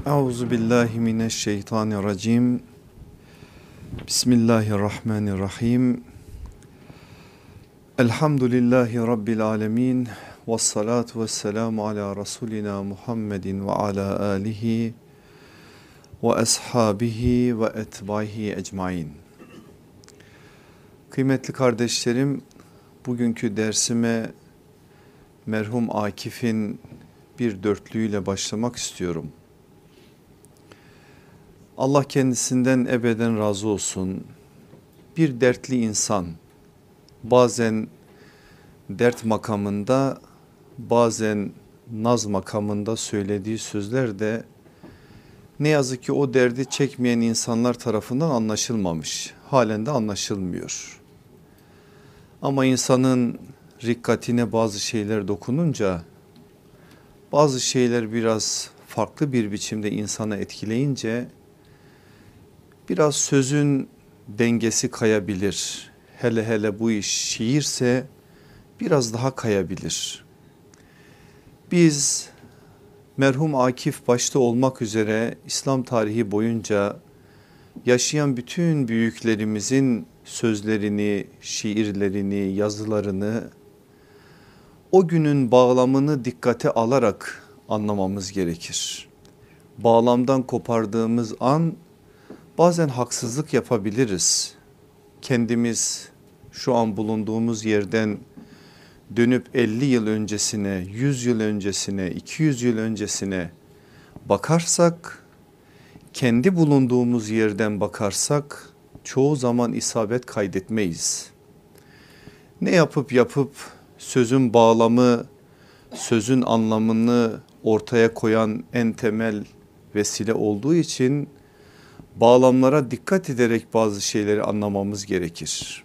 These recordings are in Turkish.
Euzu billahi mineşşeytanirracim. Bismillahirrahmanirrahim. Elhamdülillahi rabbil alamin. Ves salatu vesselamu ala rasulina Muhammedin ve ala alihi ve ashabihi ve etbaihi ecmaîn. Kıymetli kardeşlerim, bugünkü dersime merhum Akif'in bir dörtlüğüyle başlamak istiyorum. Allah kendisinden ebeden razı olsun. Bir dertli insan, bazen dert makamında, bazen naz makamında söylediği sözler de ne yazık ki o derdi çekmeyen insanlar tarafından anlaşılmamış. Halen de anlaşılmıyor. Ama insanın rikkatine bazı şeyler dokununca, bazı şeyler biraz farklı bir biçimde insana etkileyince biraz sözün dengesi kayabilir. Hele hele bu iş şiirse biraz daha kayabilir. Biz merhum Akif başta olmak üzere İslam tarihi boyunca yaşayan bütün büyüklerimizin sözlerini, şiirlerini, yazılarını o günün bağlamını dikkate alarak anlamamız gerekir. Bağlamdan kopardığımız an bazen haksızlık yapabiliriz. Kendimiz şu an bulunduğumuz yerden dönüp 50 yıl öncesine, 100 yıl öncesine, 200 yıl öncesine bakarsak, kendi bulunduğumuz yerden bakarsak çoğu zaman isabet kaydetmeyiz. Ne yapıp sözün bağlamı, sözün anlamını ortaya koyan en temel vesile olduğu için bağlamlara dikkat ederek bazı şeyleri anlamamız gerekir.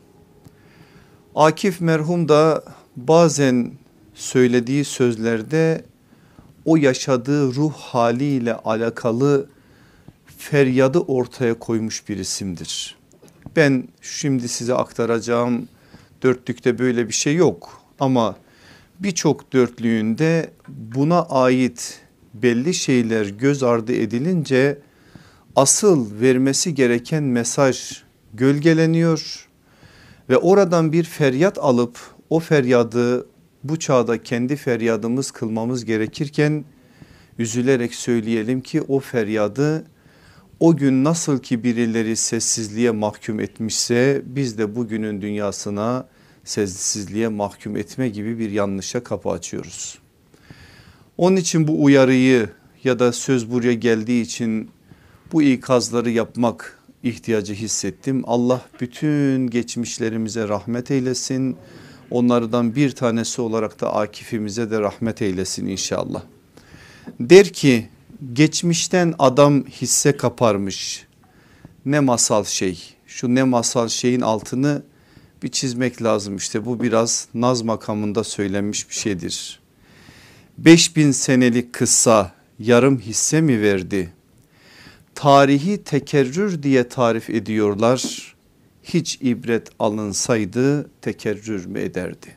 Akif merhum da bazen söylediği sözlerde o yaşadığı ruh haliyle alakalı feryadı ortaya koymuş bir isimdir. Ben şimdi size aktaracağım dörtlükte böyle bir şey yok ama birçok dörtlüğünde buna ait belli şeyler göz ardı edilince asıl vermesi gereken mesaj gölgeleniyor ve oradan bir feryat alıp o feryadı bu çağda kendi feryadımız kılmamız gerekirken üzülerek söyleyelim ki o feryadı o gün nasıl ki birileri sessizliğe mahkum etmişse biz de bugünün dünyasına sessizliğe mahkum etme gibi bir yanlışa kapı açıyoruz. Onun için bu uyarıyı ya da söz buraya geldiği için bu ikazları yapmak ihtiyacı hissettim. Allah bütün geçmişlerimize rahmet eylesin. Onlardan bir tanesi olarak da Akif'imize de rahmet eylesin inşallah. Der ki geçmişten adam hisse kaparmış. Ne masal şey. Şu ne masal şeyin altını bir çizmek lazım. İşte bu biraz naz makamında söylenmiş bir şeydir. 5000 senelik kıssa yarım hisse mi verdi? Tarihi tekerrür diye tarif ediyorlar. Hiç ibret alınsaydı tekerrür mü ederdi?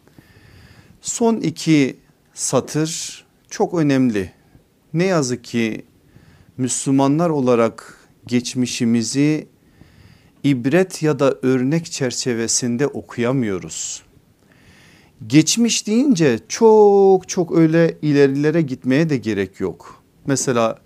Son iki satır çok önemli. Ne yazık ki Müslümanlar olarak geçmişimizi ibret ya da örnek çerçevesinde okuyamıyoruz. Geçmiş deyince çok öyle ilerilere gitmeye de gerek yok. Mesela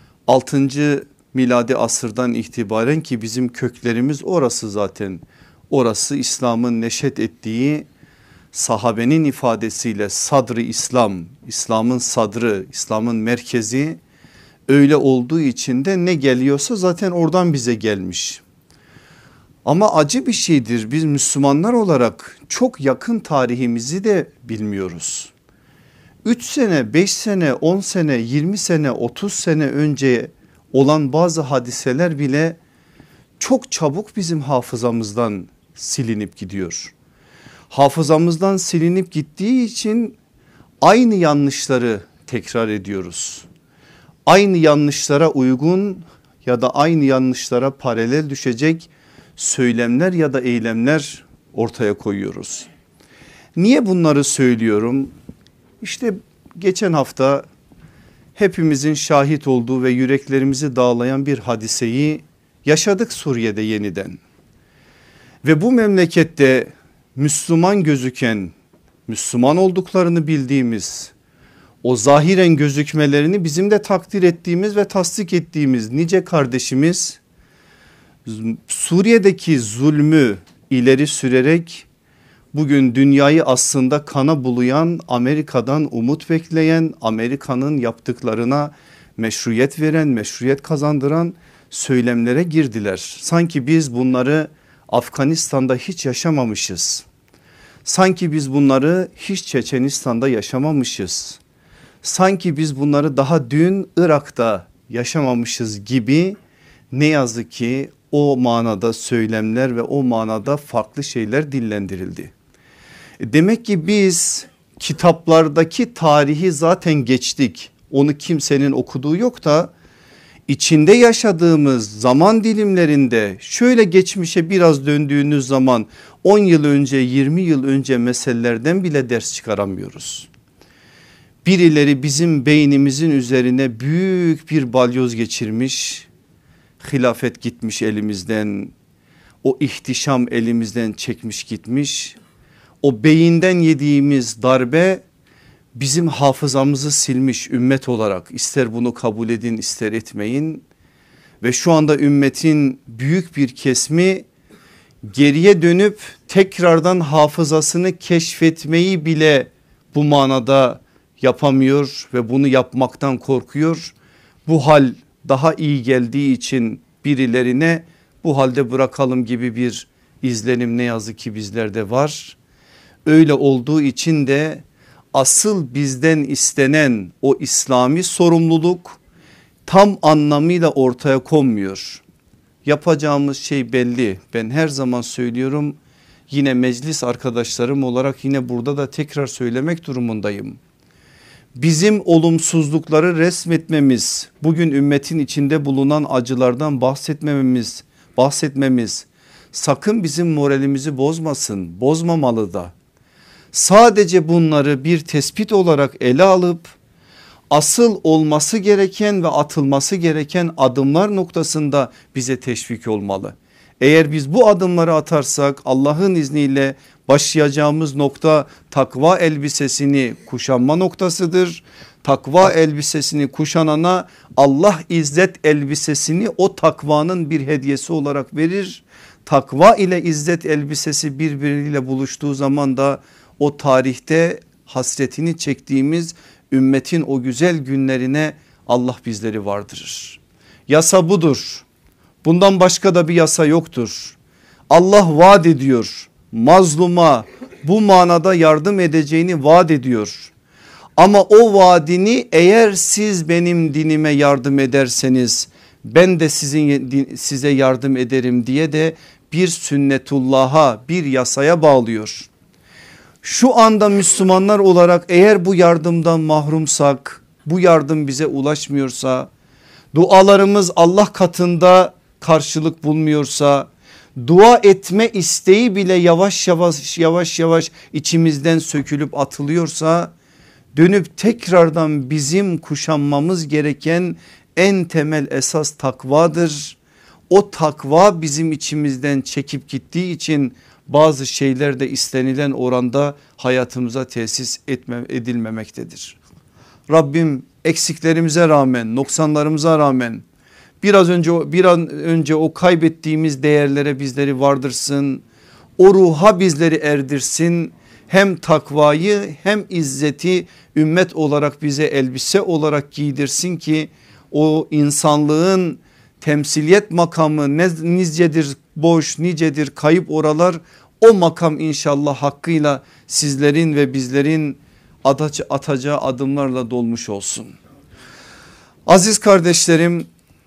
6. miladi asırdan itibaren ki bizim köklerimiz orası zaten. Orası İslam'ın neşet ettiği sahabenin ifadesiyle sadrı İslam, İslam'ın sadrı, İslam'ın merkezi öyle olduğu için de ne geliyorsa zaten oradan bize gelmiş. Ama acı bir şeydir, biz Müslümanlar olarak çok yakın tarihimizi de bilmiyoruz. 3 sene, 5 sene, 10 sene, 20 sene, 30 sene önce olan bazı hadiseler bile çok çabuk bizim hafızamızdan silinip gidiyor. Hafızamızdan silinip gittiği için aynı yanlışları tekrar ediyoruz. Aynı yanlışlara uygun ya da aynı yanlışlara paralel düşecek söylemler ya da eylemler ortaya koyuyoruz. Niye bunları söylüyorum? İşte geçen hafta hepimizin şahit olduğu ve yüreklerimizi dağlayan bir hadiseyi yaşadık Suriye'de yeniden. Ve bu memlekette Müslüman gözüken, Müslüman olduklarını bildiğimiz, o zahiren gözükmelerini bizim de takdir ettiğimiz ve tasdik ettiğimiz nice kardeşimiz Suriye'deki zulmü ileri sürerek bugün dünyayı aslında kana bulayan, Amerika'dan umut bekleyen, Amerika'nın yaptıklarına meşruiyet veren, meşruiyet kazandıran söylemlere girdiler. Sanki biz bunları Afganistan'da hiç yaşamamışız. Sanki biz bunları hiç Çeçenistan'da yaşamamışız. Sanki biz bunları daha dün Irak'ta yaşamamışız gibi ne yazık ki o manada söylemler ve o manada farklı şeyler dillendirildi. Demek ki biz kitaplardaki tarihi zaten geçtik. Onu kimsenin okuduğu yok da içinde yaşadığımız zaman dilimlerinde şöyle geçmişe biraz döndüğünüz zaman 10 yıl önce 20 yıl önce meselelerden bile ders çıkaramıyoruz. Birileri bizim beynimizin üzerine büyük bir balyoz geçirmiş, hilafet gitmiş elimizden, o ihtişam elimizden çekmiş gitmiş. O beyinden yediğimiz darbe bizim hafızamızı silmiş ümmet olarak, ister bunu kabul edin ister etmeyin. Ve şu anda ümmetin büyük bir kesimi geriye dönüp tekrardan hafızasını keşfetmeyi bile bu manada yapamıyor ve bunu yapmaktan korkuyor. Bu hal daha iyi geldiği için birilerine bu halde bırakalım gibi bir izlenim ne yazık ki bizlerde var. Öyle olduğu için de asıl bizden istenen o İslami sorumluluk tam anlamıyla ortaya konmuyor. Yapacağımız şey belli. Ben her zaman söylüyorum, yine meclis arkadaşlarım olarak yine burada da tekrar söylemek durumundayım. Bizim olumsuzlukları resmetmemiz, bugün ümmetin içinde bulunan acılardan bahsetmemiz sakın bizim moralimizi bozmasın, bozmamalı da. Sadece bunları bir tespit olarak ele alıp asıl olması gereken ve atılması gereken adımlar noktasında bize teşvik olmalı. Eğer biz bu adımları atarsak Allah'ın izniyle başlayacağımız nokta takva elbisesini kuşanma noktasıdır. Takva elbisesini kuşanana Allah izzet elbisesini o takvanın bir hediyesi olarak verir. Takva ile izzet elbisesi birbiriyle buluştuğu zaman da o tarihte hasretini çektiğimiz ümmetin o güzel günlerine Allah bizleri vardırır. Yasa budur. Bundan başka da bir yasa yoktur. Allah vaat ediyor. Mazluma bu manada yardım edeceğini vaat ediyor. Ama o vaadini eğer siz benim dinime yardım ederseniz ben de size yardım ederim diye de bir sünnetullah'a, bir yasaya bağlıyor. Şu anda Müslümanlar olarak eğer bu yardımdan mahrumsak, bu yardım bize ulaşmıyorsa, dualarımız Allah katında karşılık bulmuyorsa, dua etme isteği bile yavaş yavaş içimizden sökülüp atılıyorsa, dönüp tekrardan bizim kuşanmamız gereken en temel esas takvadır. O takva bizim içimizden çekip gittiği için bazı şeyler de istenilen oranda hayatımıza tesis edilmemektedir. Rabbim eksiklerimize rağmen, noksanlarımıza rağmen bir an önce o kaybettiğimiz değerlere bizleri vardırsın. O ruha bizleri erdirsin. Hem takvayı hem izzeti ümmet olarak bize elbise olarak giydirsin ki o insanlığın temsiliyet makamı nicedir boş, nicedir kayıp oralar, o makam inşallah hakkıyla sizlerin ve bizlerin atacağı adımlarla dolmuş olsun. Aziz kardeşlerim,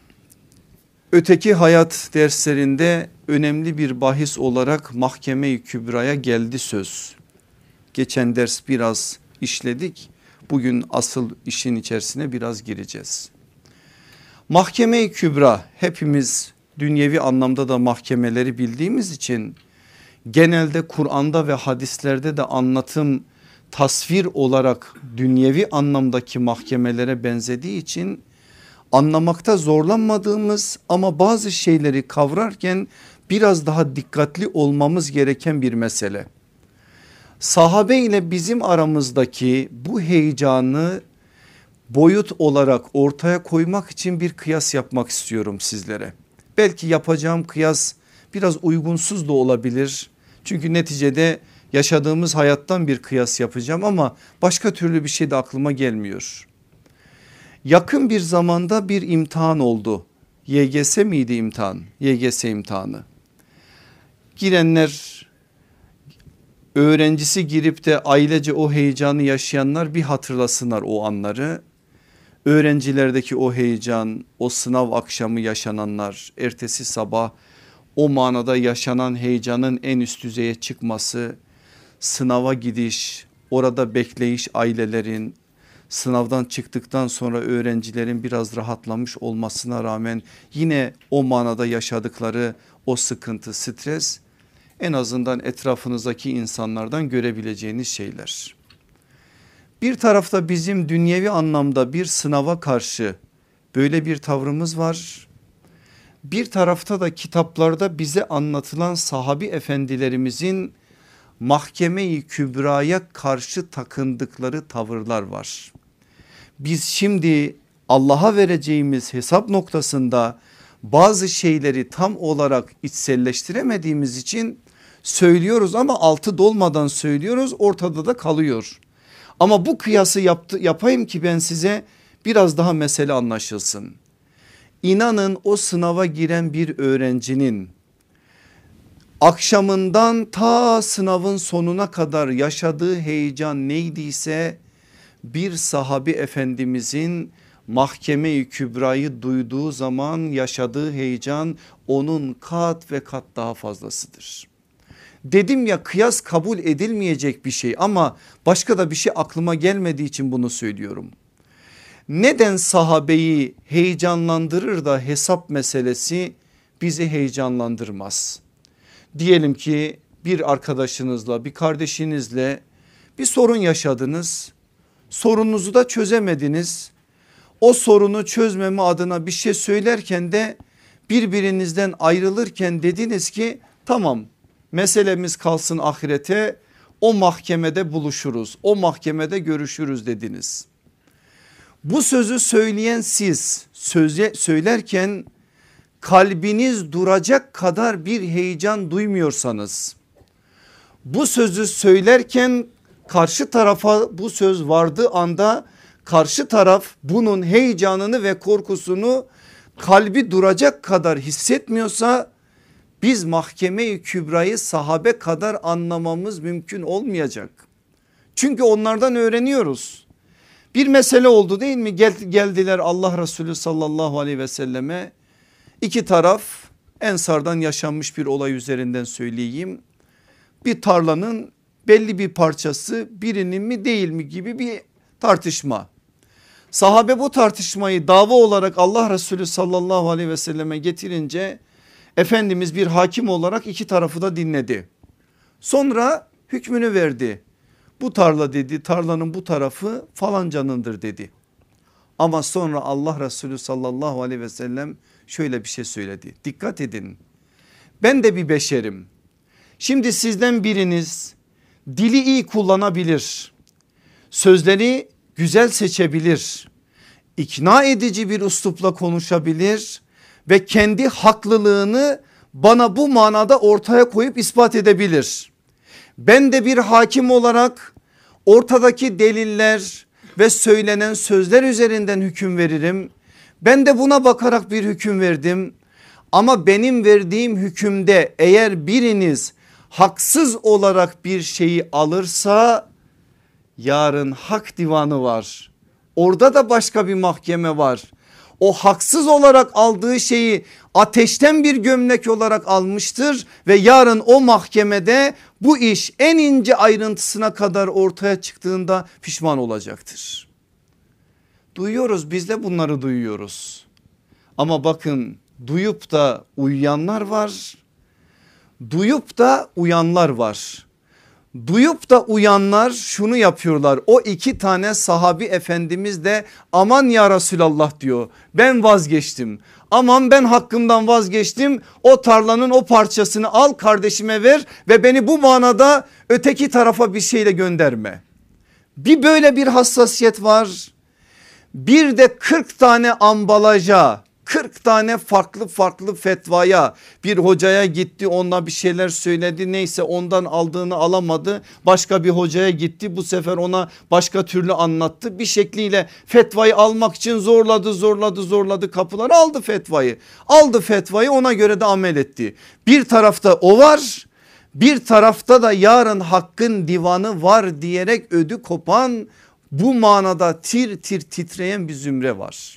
öteki hayat derslerinde önemli bir bahis olarak Mahkeme-i Kübra'ya geldi söz. Geçen ders biraz işledik. Bugün asıl işin içerisine biraz gireceğiz. Mahkeme-i Kübra, hepimiz dünyevi anlamda da mahkemeleri bildiğimiz için genelde Kur'an'da ve hadislerde de anlatım tasvir olarak dünyevi anlamdaki mahkemelere benzediği için anlamakta zorlanmadığımız ama bazı şeyleri kavrarken biraz daha dikkatli olmamız gereken bir mesele. Sahabe ile bizim aramızdaki bu heyecanı boyut olarak ortaya koymak için bir kıyas yapmak istiyorum sizlere. Belki yapacağım kıyas biraz uygunsuz da olabilir. Çünkü neticede yaşadığımız hayattan bir kıyas yapacağım ama başka türlü bir şey de aklıma gelmiyor. Yakın bir zamanda bir imtihan oldu. YGS miydi imtihan? YGS imtihanı. Girenler, öğrencisi girip de ailece o heyecanı yaşayanlar bir hatırlasınlar o anları. Öğrencilerdeki o heyecan, o sınav akşamı yaşananlar, ertesi sabah o manada yaşanan heyecanın en üst düzeye çıkması, sınava gidiş, orada bekleyiş ailelerin, sınavdan çıktıktan sonra öğrencilerin biraz rahatlamış olmasına rağmen yine o manada yaşadıkları o sıkıntı, stres en azından etrafınızdaki insanlardan görebileceğiniz şeyler. Bir tarafta bizim dünyevi anlamda bir sınava karşı böyle bir tavrımız var. Bir tarafta da kitaplarda bize anlatılan sahabi efendilerimizin mahkeme-i kübraya karşı takındıkları tavırlar var. Biz şimdi Allah'a vereceğimiz hesap noktasında bazı şeyleri tam olarak içselleştiremediğimiz için söylüyoruz ama altı dolmadan söylüyoruz, ortada da kalıyor. Ama bu kıyası yapayım ki ben size biraz daha mesele anlaşılsın. İnanın o sınava giren bir öğrencinin akşamından ta sınavın sonuna kadar yaşadığı heyecan neydiyse bir sahabi efendimizin mahkeme-i kübrayı duyduğu zaman yaşadığı heyecan onun kat ve kat daha fazlasıdır. Dedim ya, kıyas kabul edilmeyecek bir şey ama başka da bir şey aklıma gelmediği için bunu söylüyorum. Neden sahabeyi heyecanlandırır da hesap meselesi bizi heyecanlandırmaz? Diyelim ki bir arkadaşınızla, bir kardeşinizle bir sorun yaşadınız. Sorununuzu da çözemediniz. O sorunu çözmeme adına bir şey söylerken de birbirinizden ayrılırken dediniz ki tamam, meselemiz kalsın ahirete, o mahkemede buluşuruz, o mahkemede görüşürüz dediniz. Bu sözü söyleyen siz söylerken kalbiniz duracak kadar bir heyecan duymuyorsanız, bu sözü söylerken karşı tarafa bu söz vardığı anda karşı taraf bunun heyecanını ve korkusunu kalbi duracak kadar hissetmiyorsa biz mahkeme-i kübrayı sahabe kadar anlamamız mümkün olmayacak. Çünkü onlardan öğreniyoruz. Bir mesele oldu değil mi? Geldiler Allah Resulü sallallahu aleyhi ve selleme. İki taraf, Ensar'dan yaşanmış bir olay üzerinden söyleyeyim. Bir tarlanın belli bir parçası birinin mi değil mi gibi bir tartışma. Sahabe bu tartışmayı dava olarak Allah Resulü sallallahu aleyhi ve selleme getirince Efendimiz bir hakim olarak iki tarafı da dinledi. Sonra hükmünü verdi. Bu tarla dedi, tarlanın bu tarafı falancanındır dedi. Ama sonra Allah Resulü sallallahu aleyhi ve sellem şöyle bir şey söyledi. Dikkat edin, ben de bir beşerim. Şimdi sizden biriniz dili iyi kullanabilir, sözleri güzel seçebilir, ikna edici bir üslupla konuşabilir ve kendi haklılığını bana bu manada ortaya koyup ispat edebilir. Ben de bir hakim olarak ortadaki deliller ve söylenen sözler üzerinden hüküm veririm. Ben de buna bakarak bir hüküm verdim. Ama benim verdiğim hükümde eğer biriniz haksız olarak bir şeyi alırsa yarın hak divanı var. Orada da başka bir mahkeme var. O haksız olarak aldığı şeyi ateşten bir gömlek olarak almıştır ve yarın o mahkemede bu iş en ince ayrıntısına kadar ortaya çıktığında pişman olacaktır. Duyuyoruz, biz de bunları duyuyoruz. Ama bakın, duyup da uyuyanlar var, duyup da uyanlar var. Duyup da uyanlar şunu yapıyorlar. O iki tane sahabi efendimiz de aman ya Resulallah diyor, ben vazgeçtim. Aman ben hakkımdan vazgeçtim, o tarlanın o parçasını al kardeşime ver ve beni bu manada öteki tarafa bir şeyle gönderme. Bir böyle bir hassasiyet var. Bir de 40 tane ambalaja, 40 tane farklı fetvaya, bir hocaya gitti, ona bir şeyler söyledi, neyse ondan aldığını alamadı, başka bir hocaya gitti, bu sefer ona başka türlü anlattı, bir şekliyle fetvayı almak için zorladı kapıları, aldı fetvayı, ona göre de amel etti. Bir tarafta o var, bir tarafta da yarın hakkın divanı var diyerek ödü kopan, bu manada tir tir titreyen bir zümre var.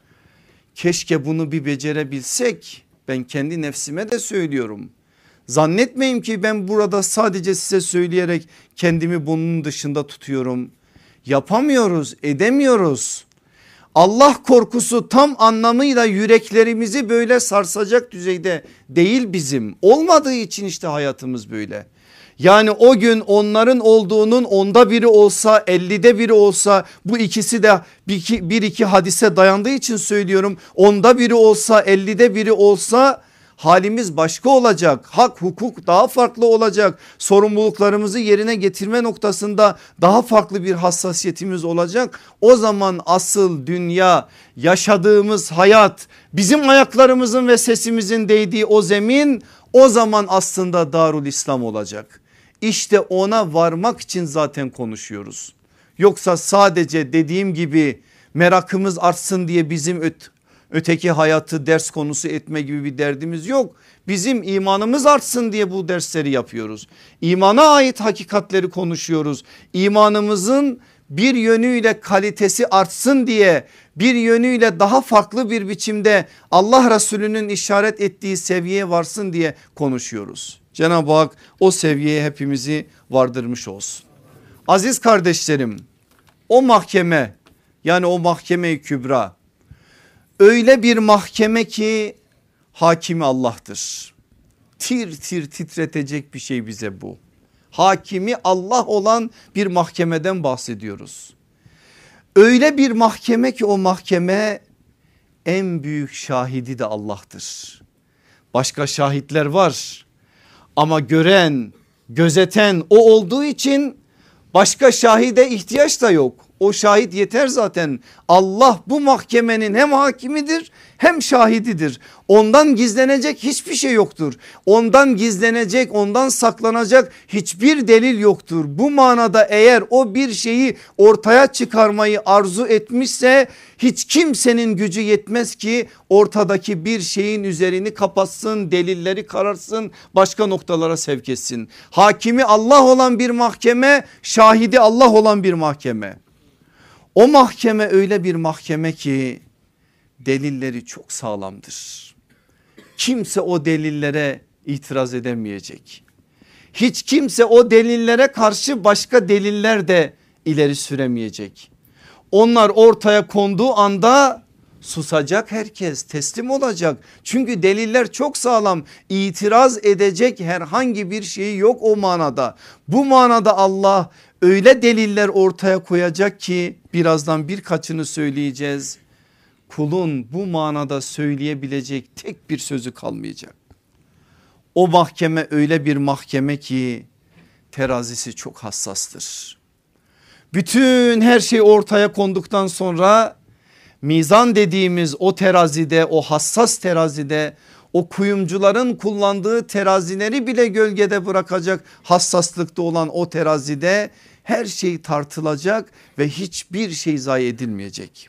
Keşke bunu bir becerebilsek. Ben kendi nefsime de söylüyorum. Zannetmeyin ki ben burada sadece size söyleyerek kendimi bunun dışında tutuyorum. Yapamıyoruz, edemiyoruz. Allah korkusu tam anlamıyla yüreklerimizi böyle sarsacak düzeyde değil bizim. Olmadığı için işte hayatımız böyle. Yani o gün onların olduğunun 10'da biri olsa, 50'de biri olsa, bu ikisi de bir iki hadise dayandığı için söylüyorum. 10'da biri olsa, 50'de biri olsa halimiz başka olacak. Hak, hukuk daha farklı olacak. Sorumluluklarımızı yerine getirme noktasında daha farklı bir hassasiyetimiz olacak. O zaman asıl dünya, yaşadığımız hayat, bizim ayaklarımızın ve sesimizin değdiği o zemin, o zaman aslında Darul İslam olacak. İşte ona varmak için zaten konuşuyoruz. Yoksa sadece dediğim gibi merakımız artsın diye bizim öteki hayatı ders konusu etme gibi bir derdimiz yok. Bizim imanımız artsın diye bu dersleri yapıyoruz. İmana ait hakikatleri konuşuyoruz. İmanımızın bir yönüyle kalitesi artsın diye, bir yönüyle daha farklı bir biçimde Allah Resulü'nün işaret ettiği seviyeye varsın diye konuşuyoruz. Cenab-ı Hak o seviyeye hepimizi vardırmış olsun. Aziz kardeşlerim, o mahkeme, yani o mahkeme-i kübra öyle bir mahkeme ki hakimi Allah'tır. Tir tir titretecek bir şey bize bu. Hakimi Allah olan bir mahkemeden bahsediyoruz. Öyle bir mahkeme ki o mahkeme en büyük şahidi de Allah'tır. Başka şahitler var ama gören, gözeten o olduğu için başka şahide ihtiyaç da yok. O şahit yeter zaten. Allah bu mahkemenin hem hakimidir hem şahididir. Ondan gizlenecek hiçbir şey yoktur. Ondan gizlenecek, ondan saklanacak hiçbir delil yoktur. Bu manada eğer o bir şeyi ortaya çıkarmayı arzu etmişse hiç kimsenin gücü yetmez ki ortadaki bir şeyin üzerini kapatsın, delilleri kararsın, başka noktalara sevk etsin. Hakimi Allah olan bir mahkeme, şahidi Allah olan bir mahkeme. O mahkeme öyle bir mahkeme ki delilleri çok sağlamdır. Kimse o delillere itiraz edemeyecek. Hiç kimse o delillere karşı başka deliller de ileri süremeyecek. Onlar ortaya konduğu anda susacak, herkes teslim olacak. Çünkü deliller çok sağlam, itiraz edecek herhangi bir şey yok o manada. Bu manada Allah öyle deliller ortaya koyacak ki birazdan birkaçını söyleyeceğiz. Kulun bu manada söyleyebilecek tek bir sözü kalmayacak. O mahkeme öyle bir mahkeme ki terazisi çok hassastır. Bütün her şey ortaya konduktan sonra mizan dediğimiz o terazide, o hassas terazide, o kuyumcuların kullandığı terazileri bile gölgede bırakacak hassaslıkta olan o terazide her şey tartılacak ve hiçbir şey zayi edilmeyecek.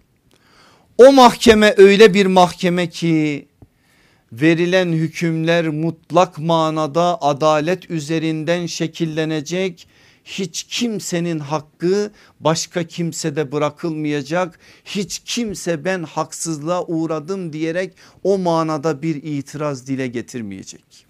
O mahkeme öyle bir mahkeme ki verilen hükümler mutlak manada adalet üzerinden şekillenecek. Hiç kimsenin hakkı başka kimsede bırakılmayacak. Hiç kimse ben haksızlığa uğradım diyerek o manada bir itiraz dile getirmeyecek.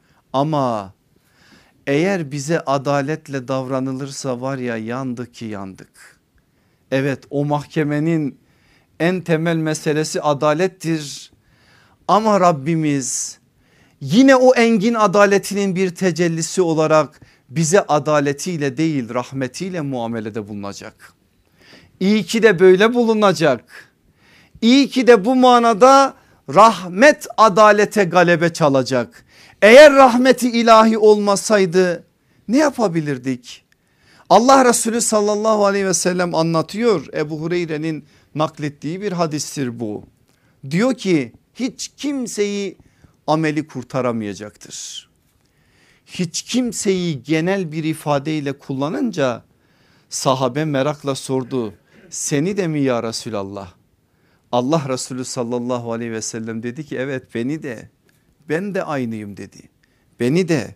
Ama eğer bize adaletle davranılırsa var ya, yandık ki yandık. Evet, o mahkemenin en temel meselesi adalettir. Ama Rabbimiz yine o engin adaletinin bir tecellisi olarak bize adaletiyle değil rahmetiyle muamelede bulunacak. İyi ki de böyle bulunacak. İyi ki de bu manada rahmet adalete galebe çalacak. Eğer rahmeti ilahi olmasaydı ne yapabilirdik? Allah Resulü sallallahu aleyhi ve sellem anlatıyor. Ebu Hureyre'nin naklettiği bir hadistir bu. Diyor ki hiç kimseyi ameli kurtaramayacaktır. Hiç kimseyi genel bir ifadeyle kullanınca sahabe merakla sordu. Seni de mi ya Resulallah? Allah Resulü sallallahu aleyhi ve sellem dedi ki evet beni de, ben de aynıyım dedi. Beni de.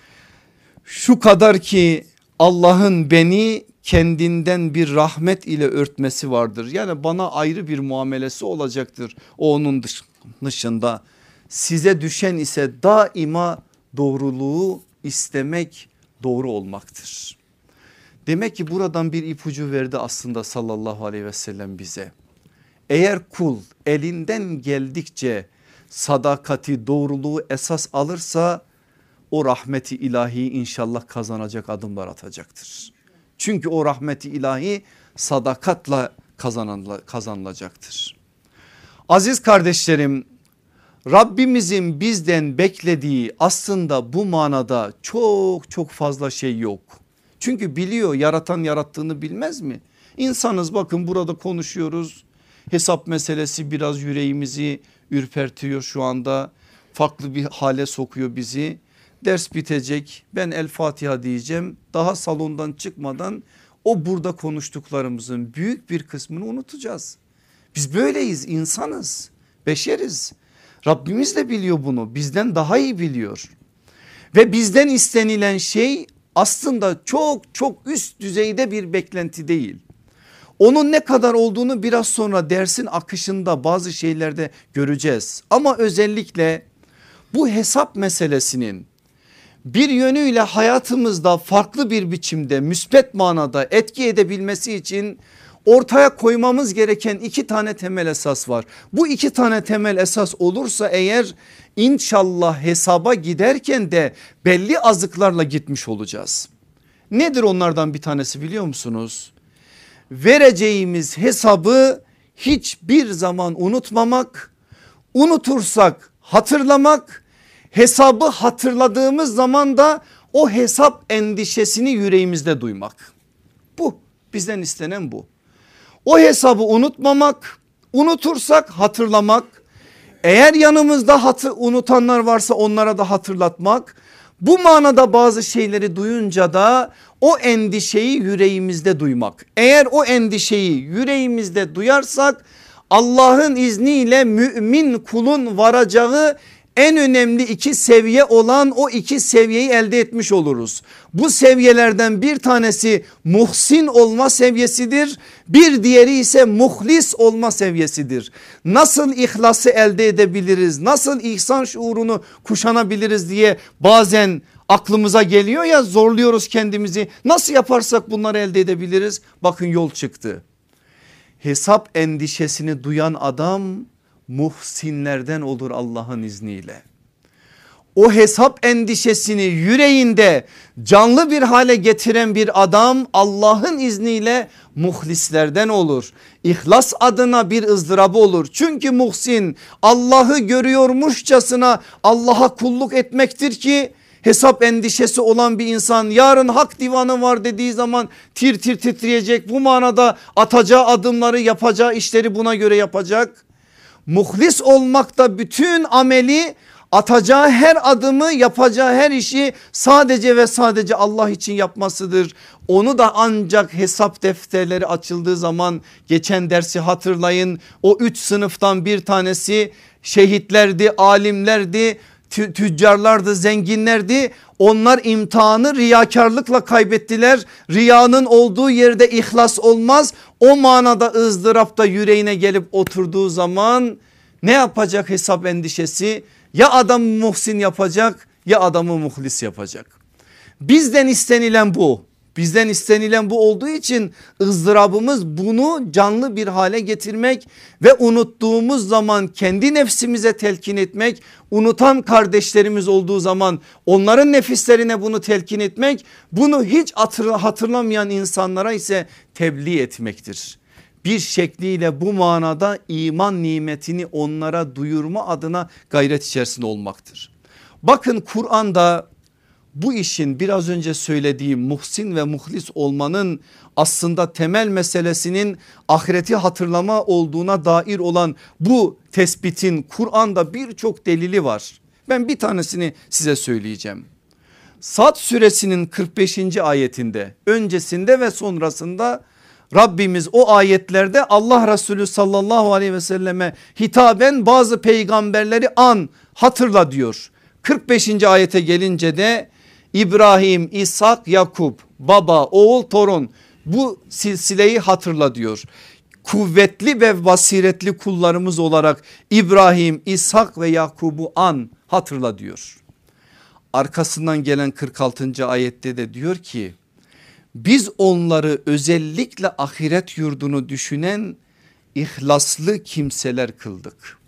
Şu kadar ki Allah'ın beni kendinden bir rahmet ile örtmesi vardır. Yani bana ayrı bir muamelesi olacaktır. O onun dışında. Size düşen ise daima doğruluğu istemek, doğru olmaktır. Demek ki buradan bir ipucu verdi aslında sallallahu aleyhi ve sellem bize. Eğer kul elinden geldikçe sadakati, doğruluğu esas alırsa o rahmeti ilahi inşallah kazanacak adımlar atacaktır. Çünkü o rahmeti ilahi sadakatla kazanılacaktır. Aziz kardeşlerim, Rabbimizin bizden beklediği aslında bu manada çok çok fazla şey yok. Çünkü biliyor, yaratan yarattığını bilmez mi? İnsanız, bakın burada konuşuyoruz. Hesap meselesi biraz yüreğimizi ürpertiyor şu anda. Farklı bir hale sokuyor bizi. Ders bitecek, ben El Fatiha diyeceğim. Daha salondan çıkmadan o burada konuştuklarımızın büyük bir kısmını unutacağız. Biz böyleyiz, insanız, beşeriz. Rabbimiz de biliyor bunu, bizden daha iyi biliyor. Ve bizden istenilen şey aslında çok çok üst düzeyde bir beklenti değil. Onun ne kadar olduğunu biraz sonra dersin akışında bazı şeylerde göreceğiz. Ama özellikle bu hesap meselesinin bir yönüyle hayatımızda farklı bir biçimde müspet manada etki edebilmesi için ortaya koymamız gereken iki tane temel esas var. Bu iki tane temel esas olursa eğer inşallah hesaba giderken de belli azıklarla gitmiş olacağız. Nedir onlardan bir tanesi biliyor musunuz? Vereceğimiz hesabı hiçbir zaman unutmamak, unutursak hatırlamak, hesabı hatırladığımız zaman da o hesap endişesini yüreğimizde duymak. Bu bizden istenen bu. O hesabı unutmamak, unutursak hatırlamak, eğer yanımızda unutanlar varsa onlara da hatırlatmak. Bu manada bazı şeyleri duyunca da o endişeyi yüreğimizde duymak. Eğer o endişeyi yüreğimizde duyarsak Allah'ın izniyle mümin kulun varacağı en önemli iki seviye olan o iki seviyeyi elde etmiş oluruz. Bu seviyelerden bir tanesi muhsin olma seviyesidir. Bir diğeri ise muhlis olma seviyesidir. Nasıl ihlası elde edebiliriz? Nasıl ihsan şuurunu kuşanabiliriz diye bazen aklımıza geliyor ya, zorluyoruz kendimizi. Nasıl yaparsak bunları elde edebiliriz? Bakın yol çıktı. Hesap endişesini duyan adam muhsinlerden olur Allah'ın izniyle. O hesap endişesini yüreğinde canlı bir hale getiren bir adam Allah'ın izniyle muhlislerden olur. İhlas adına bir ızdırabı olur. Çünkü muhsin Allah'ı görüyormuşçasına Allah'a kulluk etmektir ki hesap endişesi olan bir insan yarın hak divanı var dediği zaman tir tir titreyecek. Bu manada atacağı adımları, yapacağı işleri buna göre yapacak. Muhlis olmak da bütün ameli, atacağı her adımı, yapacağı her işi sadece ve sadece Allah için yapmasıdır. Onu da ancak hesap defterleri açıldığı zaman, geçen dersi hatırlayın, o 3 sınıftan bir tanesi şehitlerdi, alimlerdi, tüccarlardı, zenginlerdi. Onlar imtihanı riyakarlıkla kaybettiler. Riyanın olduğu yerde ihlas olmaz. O manada ızdırapta yüreğine gelip oturduğu zaman ne yapacak hesap endişesi? Ya adamı muhsin yapacak ya adamı muhlis yapacak. Bizden istenilen bu. Bizden istenilen bu olduğu için ızdırabımız bunu canlı bir hale getirmek ve unuttuğumuz zaman kendi nefsimize telkin etmek, unutan kardeşlerimiz olduğu zaman onların nefislerine bunu telkin etmek, bunu hiç hatırlamayan insanlara ise tebliğ etmektir. Bir şekliyle bu manada iman nimetini onlara duyurma adına gayret içerisinde olmaktır. Bakın Kur'an'da bu işin biraz önce söylediğim muhsin ve muhlis olmanın aslında temel meselesinin ahireti hatırlama olduğuna dair olan bu tespitin Kur'an'da birçok delili var. Ben bir tanesini size söyleyeceğim. Sad suresinin 45. ayetinde, öncesinde ve sonrasında Rabbimiz o ayetlerde Allah Resulü sallallahu aleyhi ve selleme hitaben bazı peygamberleri hatırla diyor. 45. ayete gelince de İbrahim, İshak, Yakup, baba, oğul, torun, bu silsileyi hatırla diyor. Kuvvetli ve basiretli kullarımız olarak İbrahim, İshak ve Yakub'u hatırla diyor. Arkasından gelen 46. ayette de diyor ki biz onları özellikle ahiret yurdunu düşünen ihlaslı kimseler kıldık.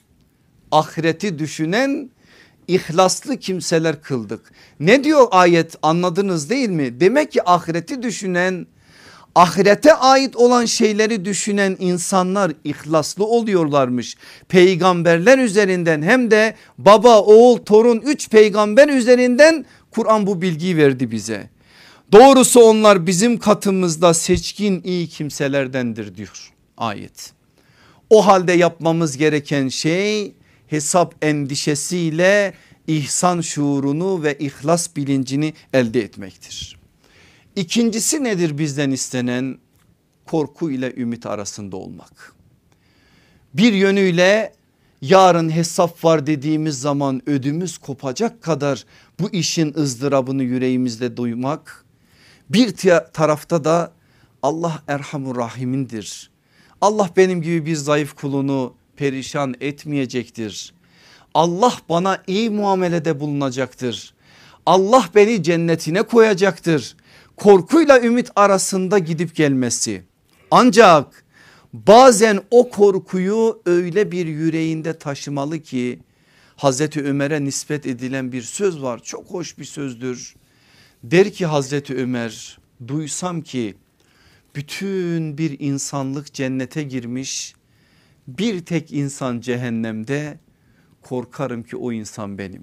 Ahireti düşünen ihlaslı kimseler kıldık. Ne diyor ayet, anladınız değil mi? Demek ki ahireti düşünen, ahirete ait olan şeyleri düşünen insanlar ihlaslı oluyorlarmış. Peygamberler üzerinden, hem de baba, oğul, torun 3 peygamber üzerinden Kur'an bu bilgiyi verdi bize. Doğrusu onlar bizim katımızda seçkin iyi kimselerdendir diyor ayet. O halde yapmamız gereken şey hesap endişesiyle ihsan şuurunu ve ihlas bilincini elde etmektir. İkincisi nedir bizden istenen? Korku ile ümit arasında olmak. Bir yönüyle yarın hesap var dediğimiz zaman ödümüz kopacak kadar bu işin ızdırabını yüreğimizde duymak. Bir tarafta da Allah Erhamur Rahim'indir. Allah benim gibi bir zayıf kulunu perişan etmeyecektir. Allah bana iyi muamelede bulunacaktır. Allah beni cennetine koyacaktır. Korkuyla ümit arasında gidip gelmesi. Ancak bazen o korkuyu öyle bir yüreğinde taşımalı ki, Hazreti Ömer'e nispet edilen bir söz var, çok hoş bir sözdür. Der ki Hazreti Ömer, duysam ki bütün bir insanlık cennete girmiş, bir tek insan cehennemde, korkarım ki o insan benim.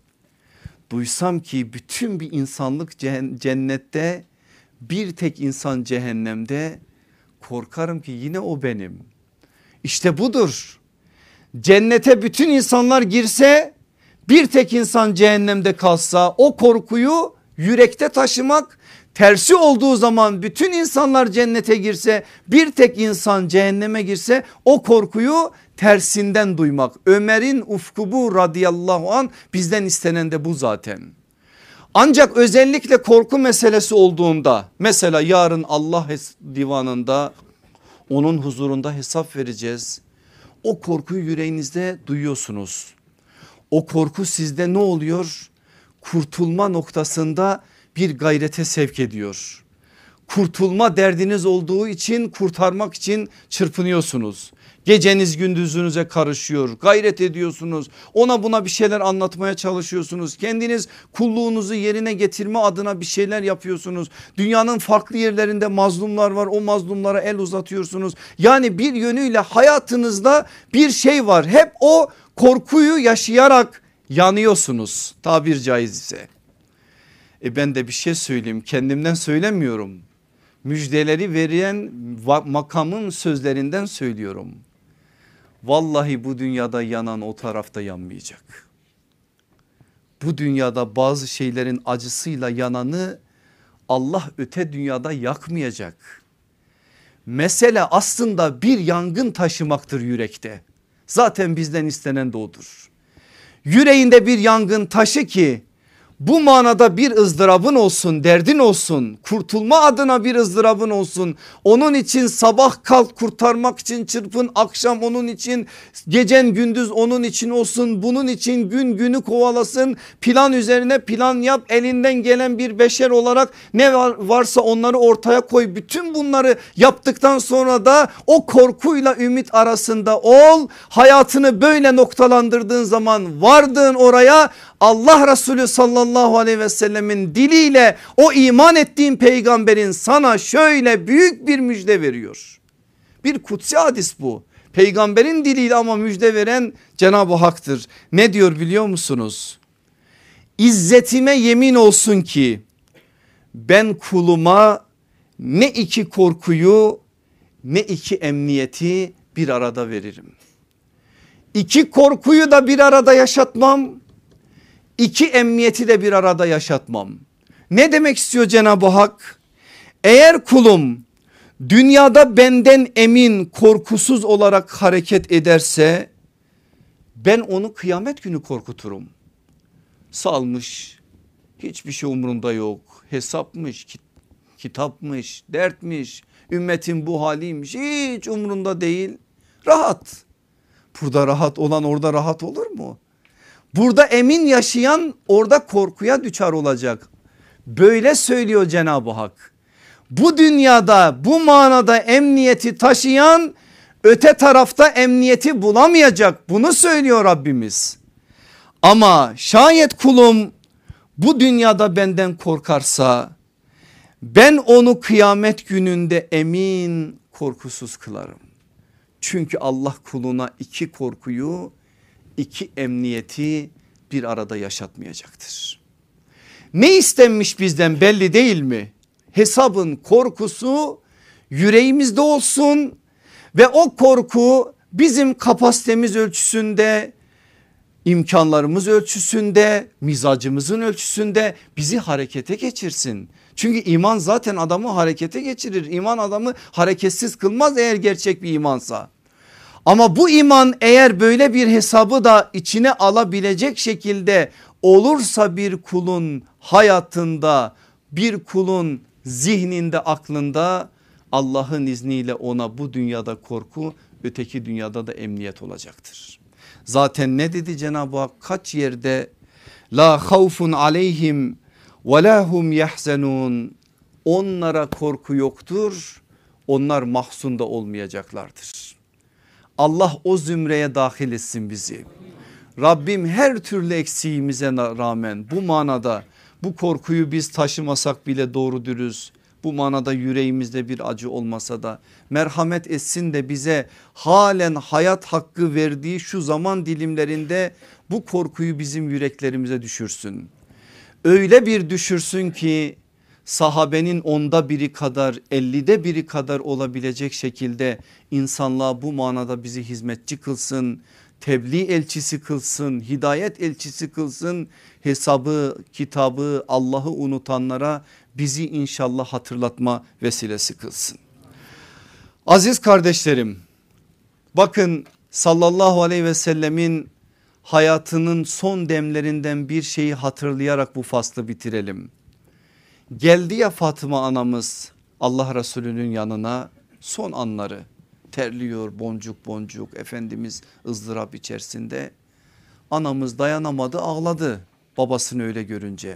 Duysam ki bütün bir insanlık cennette, bir tek insan cehennemde, korkarım ki yine o benim. İşte budur. Cennete bütün insanlar girse, bir tek insan cehennemde kalsa, o korkuyu yürekte taşımak, tersi olduğu zaman bütün insanlar cennete girse, bir tek insan cehenneme girse o korkuyu tersinden duymak. Ömer'in ufku bu radıyallahu an, bizden istenen de bu zaten. Ancak özellikle korku meselesi olduğunda, mesela yarın Allah divanında onun huzurunda hesap vereceğiz. O korkuyu yüreğinizde duyuyorsunuz. O korku sizde ne oluyor? Kurtulma noktasında bir gayrete sevk ediyor. Kurtulma derdiniz olduğu için, kurtarmak için çırpınıyorsunuz. Geceniz gündüzünüze karışıyor, gayret ediyorsunuz, ona buna bir şeyler anlatmaya çalışıyorsunuz. Kendiniz kulluğunuzu yerine getirme adına bir şeyler yapıyorsunuz. Dünyanın farklı yerlerinde mazlumlar var, o mazlumlara el uzatıyorsunuz. Yani bir yönüyle hayatınızda bir şey var, hep o korkuyu yaşayarak yanıyorsunuz tabir caizse. Ben de bir şey söyleyeyim, kendimden söylemiyorum. Müjdeleri veren makamın sözlerinden söylüyorum. Vallahi bu dünyada yanan o tarafta yanmayacak. Bu dünyada bazı şeylerin acısıyla yananı Allah öte dünyada yakmayacak. Mesele aslında bir yangın taşımaktır yürekte. Zaten bizden istenen de odur. Yüreğinde bir yangın taşı ki bu manada bir ızdırabın olsun, derdin olsun, kurtulma adına bir ızdırabın olsun. Onun için sabah kalk kurtarmak için çırpın, akşam onun için, gecen gündüz onun için olsun. Bunun için gün günü kovalasın, plan üzerine plan yap, elinden gelen bir beşer olarak ne varsa onları ortaya koy. Bütün bunları yaptıktan sonra da o korkuyla ümit arasında ol. Hayatını böyle noktalandırdığın zaman vardığın oraya Allah Resulü sallallahu aleyhi ve sellemin diliyle o iman ettiğin peygamberin sana şöyle büyük bir müjde veriyor. Bir kutsi hadis bu. Peygamberin diliyle ama müjde veren Cenab-ı Hak'tır. Ne diyor biliyor musunuz? İzzetime yemin olsun ki ben kuluma ne iki korkuyu ne iki emniyeti bir arada veririm. İki korkuyu da bir arada yaşatmam. İki emniyeti de bir arada yaşatmam. Ne demek istiyor Cenab-ı Hak? Eğer kulum dünyada benden emin, korkusuz olarak hareket ederse ben onu kıyamet günü korkuturum. Salmış, hiçbir şey umurunda yok. Hesapmış, kitapmış, dertmiş, ümmetin bu haliymiş, hiç umurunda değil. Rahat. Burada rahat olan orada rahat olur mu? Burada emin yaşayan orada korkuya düçar olacak. Böyle söylüyor Cenab-ı Hak. Bu dünyada bu manada emniyeti taşıyan öte tarafta emniyeti bulamayacak. Bunu söylüyor Rabbimiz. Ama şayet kulum bu dünyada benden korkarsa ben onu kıyamet gününde emin, korkusuz kılarım. Çünkü Allah kuluna iki korkuyu, iki emniyeti bir arada yaşatmayacaktır. Ne istenmiş bizden belli değil mi? Hesabın korkusu yüreğimizde olsun ve o korku bizim kapasitemiz ölçüsünde, imkanlarımız ölçüsünde, mizacımızın ölçüsünde bizi harekete geçirsin. Çünkü iman zaten adamı harekete geçirir. İman adamı hareketsiz kılmaz eğer gerçek bir imansa. Ama bu iman eğer böyle bir hesabı da içine alabilecek şekilde olursa bir kulun hayatında, bir kulun zihninde, aklında, Allah'ın izniyle ona bu dünyada korku, öteki dünyada da emniyet olacaktır. Zaten ne dedi Cenab-ı Hak kaç yerde? La havfun aleyhim ve la hum yahzenun. Onlara korku yoktur, onlar mahzun da olmayacaklardır. Allah o zümreye dahil etsin bizi. Rabbim her türlü eksiğimize rağmen bu manada bu korkuyu biz taşımasak bile doğru dürüst, bu manada yüreğimizde bir acı olmasa da merhamet etsin de bize halen hayat hakkı verdiği şu zaman dilimlerinde bu korkuyu bizim yüreklerimize düşürsün. Öyle bir düşürsün ki sahabenin 1/10 kadar, 1/50 kadar olabilecek şekilde insanlığa bu manada bizi hizmetçi kılsın, tebliğ elçisi kılsın, hidayet elçisi kılsın, hesabı kitabı Allah'ı unutanlara bizi inşallah hatırlatma vesilesi kılsın. Aziz kardeşlerim, bakın sallallahu aleyhi ve sellemin hayatının son demlerinden bir şeyi hatırlayarak bu faslı bitirelim. Geldi ya Fatıma anamız Allah Resulü'nün yanına, son anları, terliyor boncuk boncuk, Efendimiz ızdırap içerisinde. Anamız dayanamadı, ağladı babasını öyle görünce.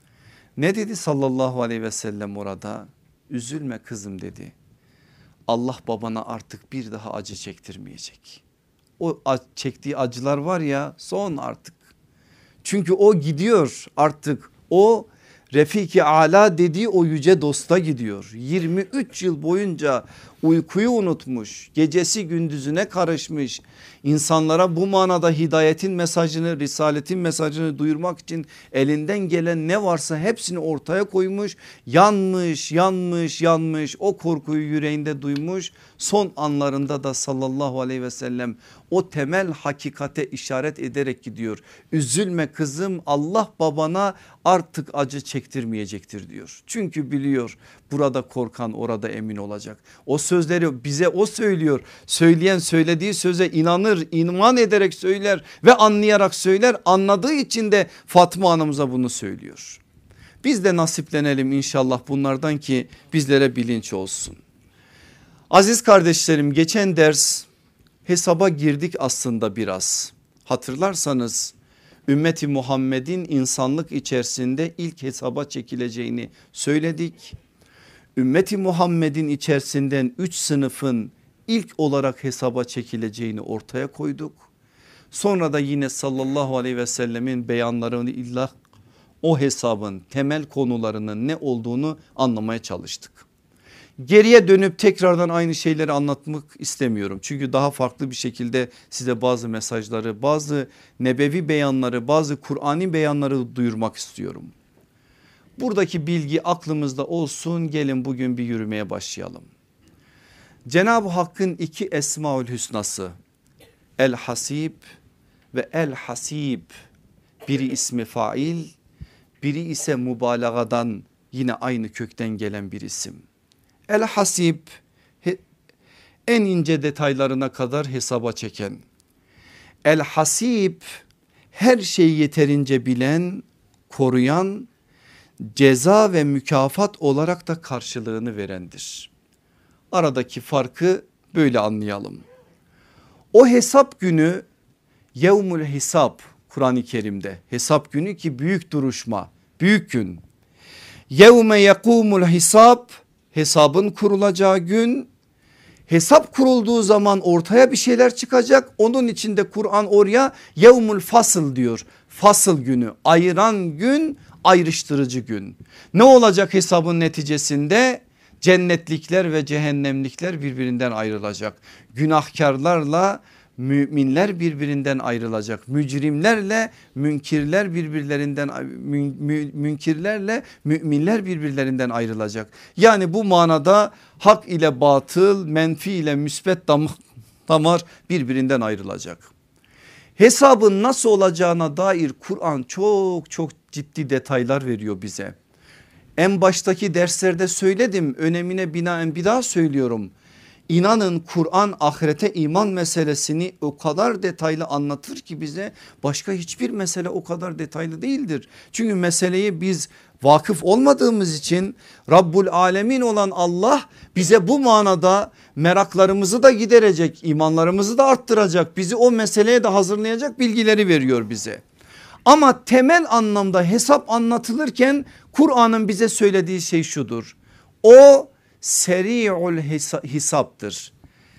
Ne dedi sallallahu aleyhi ve sellem orada? Üzülme kızım dedi. Allah babana artık bir daha acı çektirmeyecek. O çektiği acılar var ya, son artık. Çünkü o gidiyor artık, o Refiki Ala dediği o yüce dosta gidiyor. 23 yıl boyunca uykuyu unutmuş, gecesi gündüzüne karışmış, insanlara bu manada hidayetin mesajını, risaletin mesajını duyurmak için elinden gelen ne varsa hepsini ortaya koymuş. Yanmış, yanmış, yanmış, o korkuyu yüreğinde duymuş. Son anlarında da sallallahu aleyhi ve sellem o temel hakikate işaret ederek gidiyor. Üzülme kızım, Allah babana artık acı çektirmeyecek. çektirmeyecektir diyor. Çünkü biliyor burada korkan orada emin olacak. O sözleri bize o söylüyor. Söyleyen söylediği söze inanır, iman ederek söyler ve anlayarak söyler. Anladığı için de Fatma anamıza bunu söylüyor. Biz de nasiplenelim inşallah bunlardan ki bizlere bilinç olsun. Aziz kardeşlerim, geçen ders hesaba girdik aslında biraz. Hatırlarsanız ümmeti Muhammed'in insanlık içerisinde ilk hesaba çekileceğini söyledik. Ümmeti Muhammed'in içerisinden 3 sınıfın ilk olarak hesaba çekileceğini ortaya koyduk. Sonra da yine sallallahu aleyhi ve sellemin beyanlarını illa o hesabın temel konularının ne olduğunu anlamaya çalıştık. Geriye dönüp tekrardan aynı şeyleri anlatmak istemiyorum. Çünkü daha farklı bir şekilde size bazı mesajları, bazı nebevi beyanları, bazı Kur'ani beyanları duyurmak istiyorum. Buradaki bilgi aklımızda olsun, gelin bugün bir yürümeye başlayalım. Cenab-ı Hakk'ın 2 Esmaül Hüsnası El Hasib ve El Hasib, biri ismi fail, biri ise mübalağadan yine aynı kökten gelen bir isim. El Hasib en ince detaylarına kadar hesaba çeken. El Hasib her şeyi yeterince bilen, koruyan, ceza ve mükafat olarak da karşılığını verendir. Aradaki farkı böyle anlayalım. O hesap günü Yevmul Hisab, Kur'an-ı Kerim'de hesap günü ki büyük duruşma, büyük gün. Yevme yekumul hisab, hesabın kurulacağı gün. Hesap kurulduğu zaman ortaya bir şeyler çıkacak. Onun içinde Kur'an oraya yevmul fasıl diyor. Fasıl günü, ayıran gün, ayrıştırıcı gün. Ne olacak hesabın neticesinde? Cennetlikler ve cehennemlikler birbirinden ayrılacak. Günahkarlarla müminler birbirinden ayrılacak. Mücrimlerle münkirler birbirlerinden, münkirlerle müminler birbirlerinden ayrılacak. Yani bu manada hak ile batıl, menfi ile müsbet damar birbirinden ayrılacak. Hesabın nasıl olacağına dair Kur'an çok ciddi detaylar veriyor bize. En baştaki derslerde söyledim, önemine binaen bir daha söylüyorum. İnanın Kur'an ahirete iman meselesini o kadar detaylı anlatır ki bize, başka hiçbir mesele o kadar detaylı değildir. Çünkü meseleye biz vakıf olmadığımız için Rabbul Alemin olan Allah bize bu manada meraklarımızı da giderecek, imanlarımızı da arttıracak, bizi o meseleye de hazırlayacak bilgileri veriyor bize. Ama temel anlamda hesap anlatılırken Kur'an'ın bize söylediği şey şudur: o seri'ul hesaptır.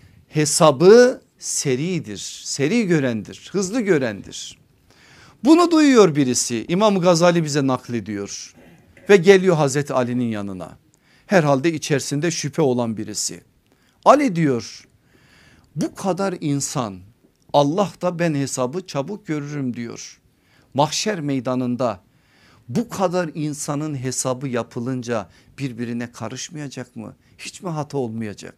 Hesabı seridir, seri görendir, hızlı görendir. Bunu duyuyor birisi, İmam Gazali bize naklediyor ve geliyor Hazreti Ali'nin yanına. Herhalde içerisinde şüphe olan birisi. Ali diyor, bu kadar insan, Allah da ben hesabı çabuk görürüm diyor. Mahşer meydanında bu kadar insanın hesabı yapılınca birbirine karışmayacak mı? Hiç mi hata olmayacak?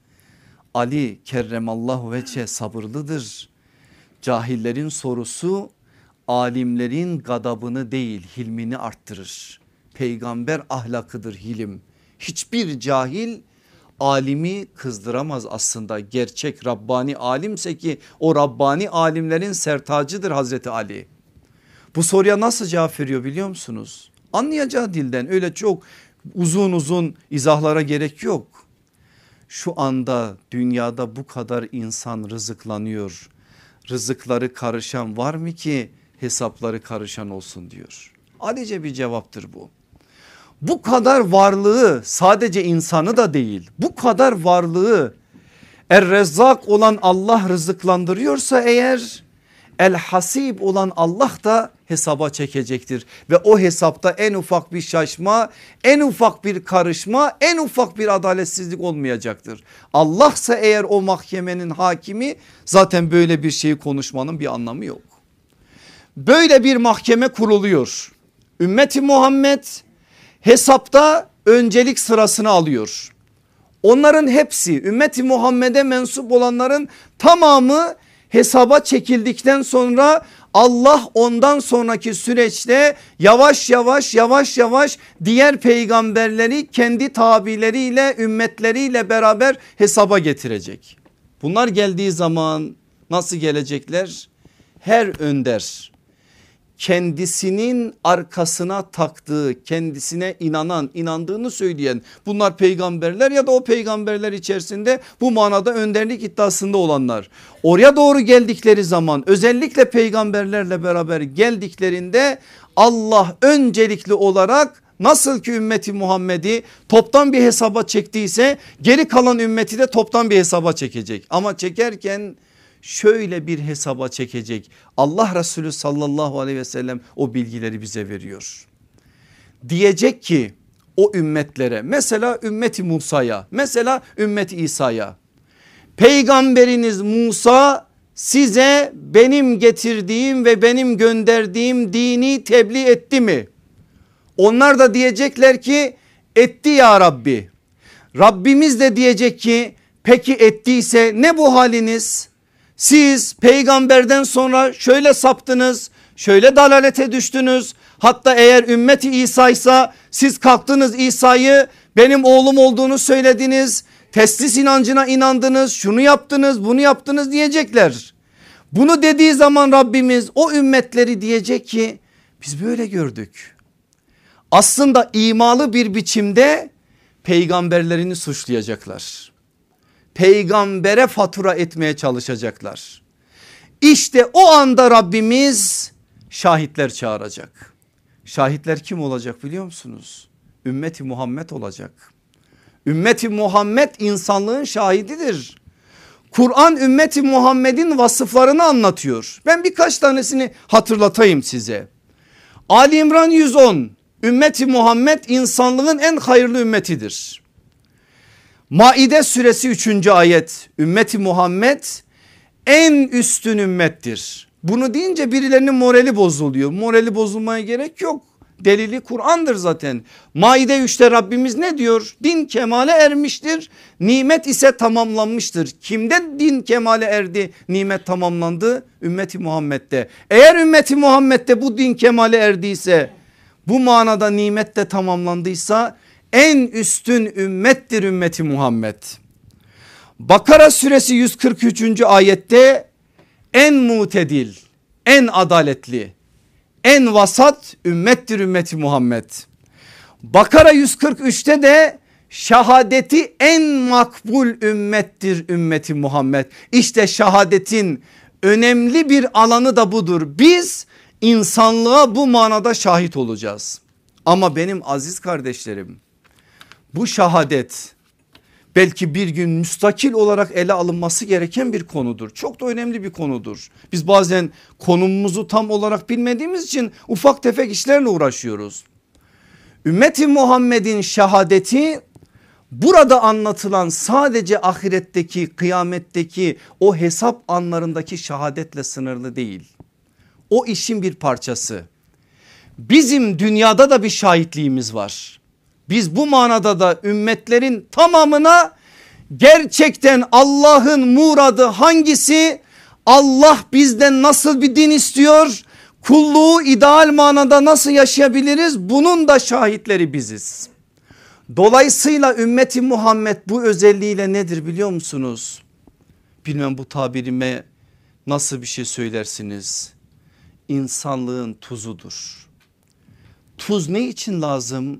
Ali kerremallahu vece sabırlıdır. Cahillerin sorusu alimlerin gadabını değil, hilmini arttırır. Peygamber ahlakıdır hilim. Hiçbir cahil alimi kızdıramaz aslında. Gerçek Rabbani alimse ki o Rabbani alimlerin sertacıdır Hazreti Ali. Bu soruya nasıl cevap veriyor biliyor musunuz? Anlayacağı dilden, öyle çok uzun izahlara gerek yok. Şu anda dünyada bu kadar insan rızıklanıyor. Rızıkları karışan var mı ki hesapları karışan olsun diyor. Alice bir cevaptır bu. Bu kadar varlığı, sadece insanı da değil, bu kadar varlığı Er-Rezzak olan Allah rızıklandırıyorsa eğer, El Hasib olan Allah da hesaba çekecektir ve o hesapta en ufak bir şaşma, en ufak bir karışma, en ufak bir adaletsizlik olmayacaktır. Allah'sa eğer o mahkemenin hakimi, zaten böyle bir şeyi konuşmanın bir anlamı yok. Böyle bir mahkeme kuruluyor. Ümmeti Muhammed hesapta öncelik sırasını alıyor. Onların hepsi, ümmeti Muhammed'e mensup olanların tamamı hesaba çekildikten sonra Allah ondan sonraki süreçte yavaş yavaş diğer peygamberleri kendi tabileriyle, ümmetleriyle beraber hesaba getirecek. Bunlar geldiği zaman nasıl gelecekler? Her önder kendisinin arkasına taktığı, kendisine inanan, inandığını söyleyen, bunlar peygamberler ya da o peygamberler içerisinde bu manada önderlik iddiasında olanlar. Oraya doğru geldikleri zaman, özellikle peygamberlerle beraber geldiklerinde Allah öncelikli olarak nasıl ki ümmeti Muhammed'i toptan bir hesaba çektiyse geri kalan ümmeti de toptan bir hesaba çekecek. Ama çekerken şöyle bir hesaba çekecek. Allah Resulü sallallahu aleyhi ve sellem o bilgileri bize veriyor. Diyecek ki o ümmetlere, mesela ümmeti Musa'ya, mesela ümmeti İsa'ya, peygamberiniz Musa size benim getirdiğim ve benim gönderdiğim dini tebliğ etti mi? Onlar da diyecekler ki etti ya Rabbi. Rabbimiz de diyecek ki peki ettiyse ne bu haliniz? Siz peygamberden sonra şöyle saptınız, şöyle dalalete düştünüz. Hatta eğer ümmeti İsa ise siz kalktınız İsa'yı benim oğlum olduğunu söylediniz. Teslis inancına inandınız, şunu yaptınız, bunu yaptınız diyecekler. Bunu dediği zaman Rabbimiz o ümmetleri diyecek ki biz böyle gördük. Aslında imalı bir biçimde peygamberlerini suçlayacaklar. Peygambere fatura etmeye çalışacaklar. İşte o anda Rabbimiz şahitler çağıracak. Şahitler kim olacak biliyor musunuz? Ümmeti Muhammed olacak. Ümmeti Muhammed insanlığın şahididir. Kur'an ümmeti Muhammed'in vasıflarını anlatıyor. Ben birkaç tanesini hatırlatayım size. Ali İmran 110, ümmeti Muhammed insanlığın en hayırlı ümmetidir. Maide suresi 3. ayet, ümmeti Muhammed en üstün ümmettir. Bunu deyince birilerinin morali bozuluyor. Morali bozulmaya gerek yok. Delili Kur'an'dır zaten. Maide 3'te Rabbimiz ne diyor? Din kemale ermiştir, nimet ise tamamlanmıştır. Kimde din kemale erdi, nimet tamamlandı? Ümmeti Muhammed'de. Eğer ümmeti Muhammed'de bu din kemale erdiyse, bu manada nimet de tamamlandıysa en üstün ümmettir ümmeti Muhammed. Bakara suresi 143. ayette en mutedil, en adaletli, en vasat ümmettir ümmeti Muhammed. Bakara 143'te de şehadeti en makbul ümmettir ümmeti Muhammed. İşte şehadetin önemli bir alanı da budur. Biz insanlığa bu manada şahit olacağız. Ama benim aziz kardeşlerim, bu şehadet belki bir gün müstakil olarak ele alınması gereken bir konudur. Çok da önemli bir konudur. Biz bazen konumumuzu tam olarak bilmediğimiz için ufak tefek işlerle uğraşıyoruz. Ümmeti Muhammed'in şehadeti burada anlatılan sadece ahiretteki, kıyametteki o hesap anlarındaki şehadetle sınırlı değil. O işin bir parçası. Bizim dünyada da bir şahitliğimiz var. Biz bu manada da ümmetlerin tamamına gerçekten Allah'ın muradı hangisi, Allah bizden nasıl bir din istiyor, kulluğu ideal manada nasıl yaşayabiliriz, bunun da şahitleri biziz. Dolayısıyla ümmeti Muhammed bu özelliğiyle nedir biliyor musunuz? Bilmem bu tabirime nasıl bir şey söylersiniz? İnsanlığın tuzudur. Tuz ne için lazım?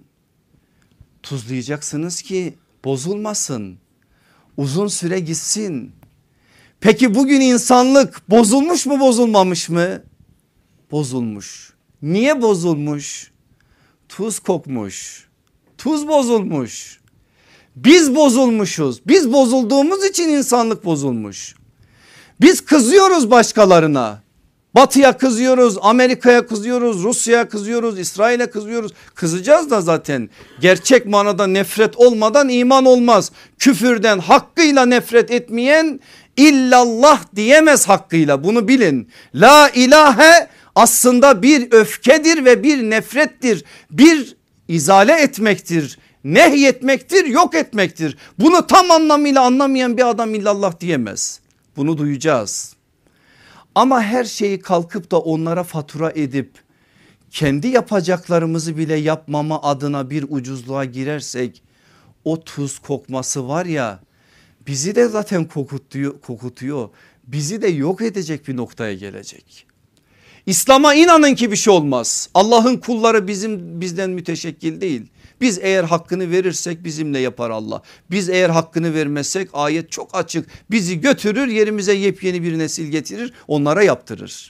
Tuzlayacaksınız ki bozulmasın, uzun süre gitsin. Peki bugün insanlık bozulmuş mu, bozulmamış mı? Bozulmuş. Niye bozulmuş? Tuz kokmuş, tuz bozulmuş. Biz bozulmuşuz. Biz bozulduğumuz için insanlık bozulmuş. Biz kızıyoruz başkalarına. Batı'ya kızıyoruz, Amerika'ya kızıyoruz, Rusya'ya kızıyoruz, İsrail'e kızıyoruz. Kızacağız da zaten. Gerçek manada nefret olmadan iman olmaz. Küfürden hakkıyla nefret etmeyen illallah diyemez hakkıyla, bunu bilin. La ilahe aslında bir öfkedir ve bir nefrettir. Bir izale etmektir, nehyetmektir, yok etmektir. Bunu tam anlamıyla anlamayan bir adam illallah diyemez. Bunu duyacağız. Ama her şeyi kalkıp da onlara fatura edip kendi yapacaklarımızı bile yapmama adına bir ucuzluğa girersek o tuz kokması var ya, bizi de zaten kokutuyor. Bizi de yok edecek bir noktaya gelecek. İslam'a inanın ki bir şey olmaz. Allah'ın kulları bizden müteşekkil değil. Biz eğer hakkını verirsek bizimle yapar Allah. Biz eğer hakkını vermezsek ayet çok açık. Bizi götürür, yerimize yepyeni bir nesil getirir, onlara yaptırır.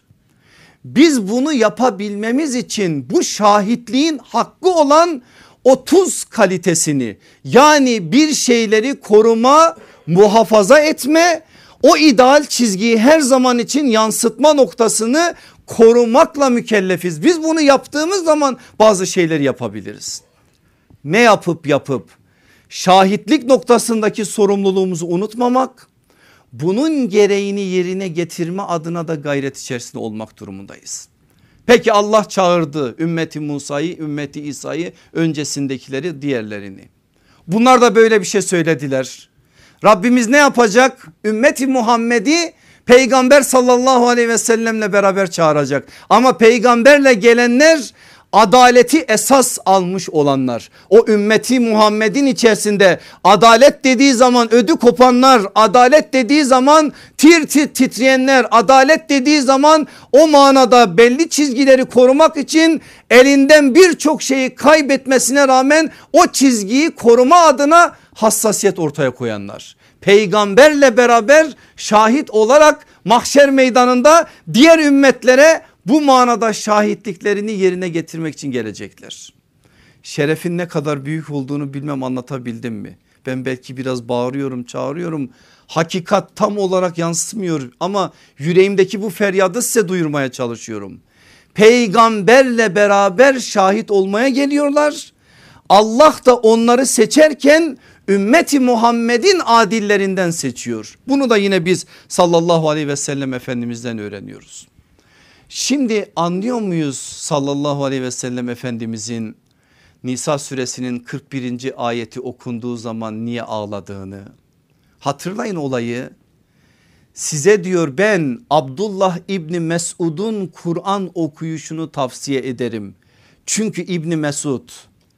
Biz bunu yapabilmemiz için bu şahitliğin hakkı olan 30 kalitesini, yani bir şeyleri koruma, muhafaza etme, o ideal çizgiyi her zaman için yansıtma noktasını korumakla mükellefiz. Biz bunu yaptığımız zaman bazı şeyleri yapabiliriz. Ne yapıp şahitlik noktasındaki sorumluluğumuzu unutmamak, bunun gereğini yerine getirme adına da gayret içerisinde olmak durumundayız. Peki Allah çağırdı ümmeti Musa'yı, ümmeti İsa'yı, öncesindekileri, diğerlerini. Bunlar da böyle bir şey söylediler. Rabbimiz ne yapacak? Ümmeti Muhammed'i Peygamber sallallahu aleyhi ve sellemle beraber çağıracak. Ama peygamberle gelenler adaleti esas almış olanlar. O ümmeti Muhammed'in içerisinde adalet dediği zaman ödü kopanlar, adalet dediği zaman tir tir titreyenler, adalet dediği zaman o manada belli çizgileri korumak için elinden birçok şeyi kaybetmesine rağmen o çizgiyi koruma adına hassasiyet ortaya koyanlar. Peygamberle beraber şahit olarak mahşer meydanında diğer ümmetlere bu manada şahitliklerini yerine getirmek için gelecekler. Şerefin ne kadar büyük olduğunu bilmem anlatabildim mi? Ben belki biraz bağırıyorum, çağırıyorum. Hakikat tam olarak yansıtmıyor ama yüreğimdeki bu feryadı size duyurmaya çalışıyorum. Peygamberle beraber şahit olmaya geliyorlar. Allah da onları seçerken ümmeti Muhammed'in adillerinden seçiyor. Bunu da yine biz sallallahu aleyhi ve sellem Efendimiz'den öğreniyoruz. Şimdi anlıyor muyuz sallallahu aleyhi ve sellem Efendimizin Nisa suresinin 41. ayeti okunduğu zaman niye ağladığını? Hatırlayın olayı. Size diyor ben Abdullah İbni Mesud'un Kur'an okuyuşunu tavsiye ederim. Çünkü İbni Mesud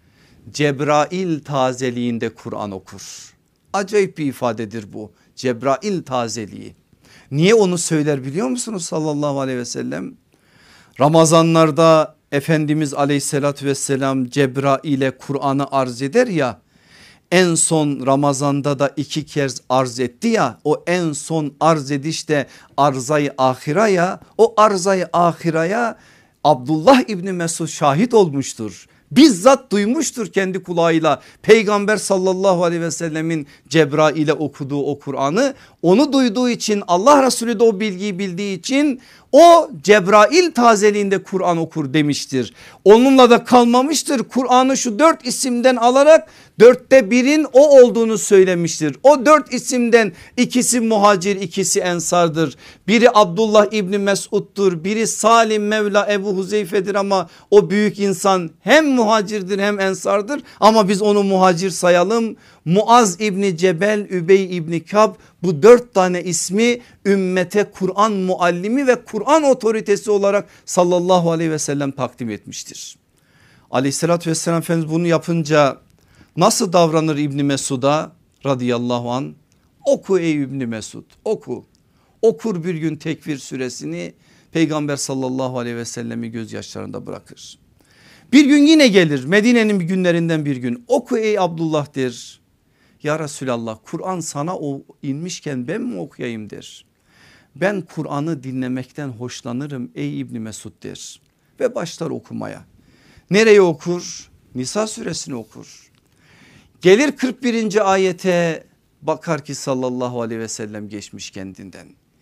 Cebrail tazeliğinde Kur'an okur. Acayip bir ifadedir bu, Cebrail tazeliği. Niye onu söyler biliyor musunuz sallallahu aleyhi ve sellem? Ramazanlarda Efendimiz aleyhissalatü vesselam Cebrail'e Kur'an'ı arz eder ya, en son Ramazanda da 2 kez arz etti ya, o en son arz edişte arzayı ahiraya, o arzayı ahiraya Abdullah İbni Mesud şahit olmuştur. Bizzat duymuştur kendi kulağıyla Peygamber sallallahu aleyhi ve sellemin Cebrail'e okuduğu o Kur'an'ı. Onu duyduğu için, Allah Resulü de o bilgiyi bildiği için o Cebrail tazeliğinde Kur'an okur demiştir. Onunla da kalmamıştır. Kur'an'ı şu 4 isimden alarak 4'te 1'in o olduğunu söylemiştir. O 4 isimden ikisi muhacir, ikisi ensardır. Biri Abdullah İbni Mesud'dur, biri Salim Mevla Ebu Huzeyfe'dir ama o büyük insan hem muhacirdir hem ensardır ama biz onu muhacir sayalım. Muaz İbni Cebel, Übey İbni Kab, bu 4 tane ismi ümmete Kur'an muallimi ve Kur'an otoritesi olarak sallallahu aleyhi ve sellem takdim etmiştir. Aleyhissalatü vesselam Efendimiz bunu yapınca nasıl davranır İbni Mesud'a radıyallahu an? Oku ey İbni Mesud, oku. Okur bir gün Tekvir suresini, Peygamber sallallahu aleyhi ve sellemi gözyaşlarında bırakır. Bir gün yine gelir, Medine'nin günlerinden bir gün, oku ey Abdullah der. Ya Resulallah, Kur'an sana o inmişken ben mi okuyayım der. Ben Kur'an'ı dinlemekten hoşlanırım ey İbni Mesud der. Ve başlar okumaya. Nereye okur? Nisa suresini okur. Gelir 41. ayete, bakar ki sallallahu aleyhi ve sellem geçmiş kendinden.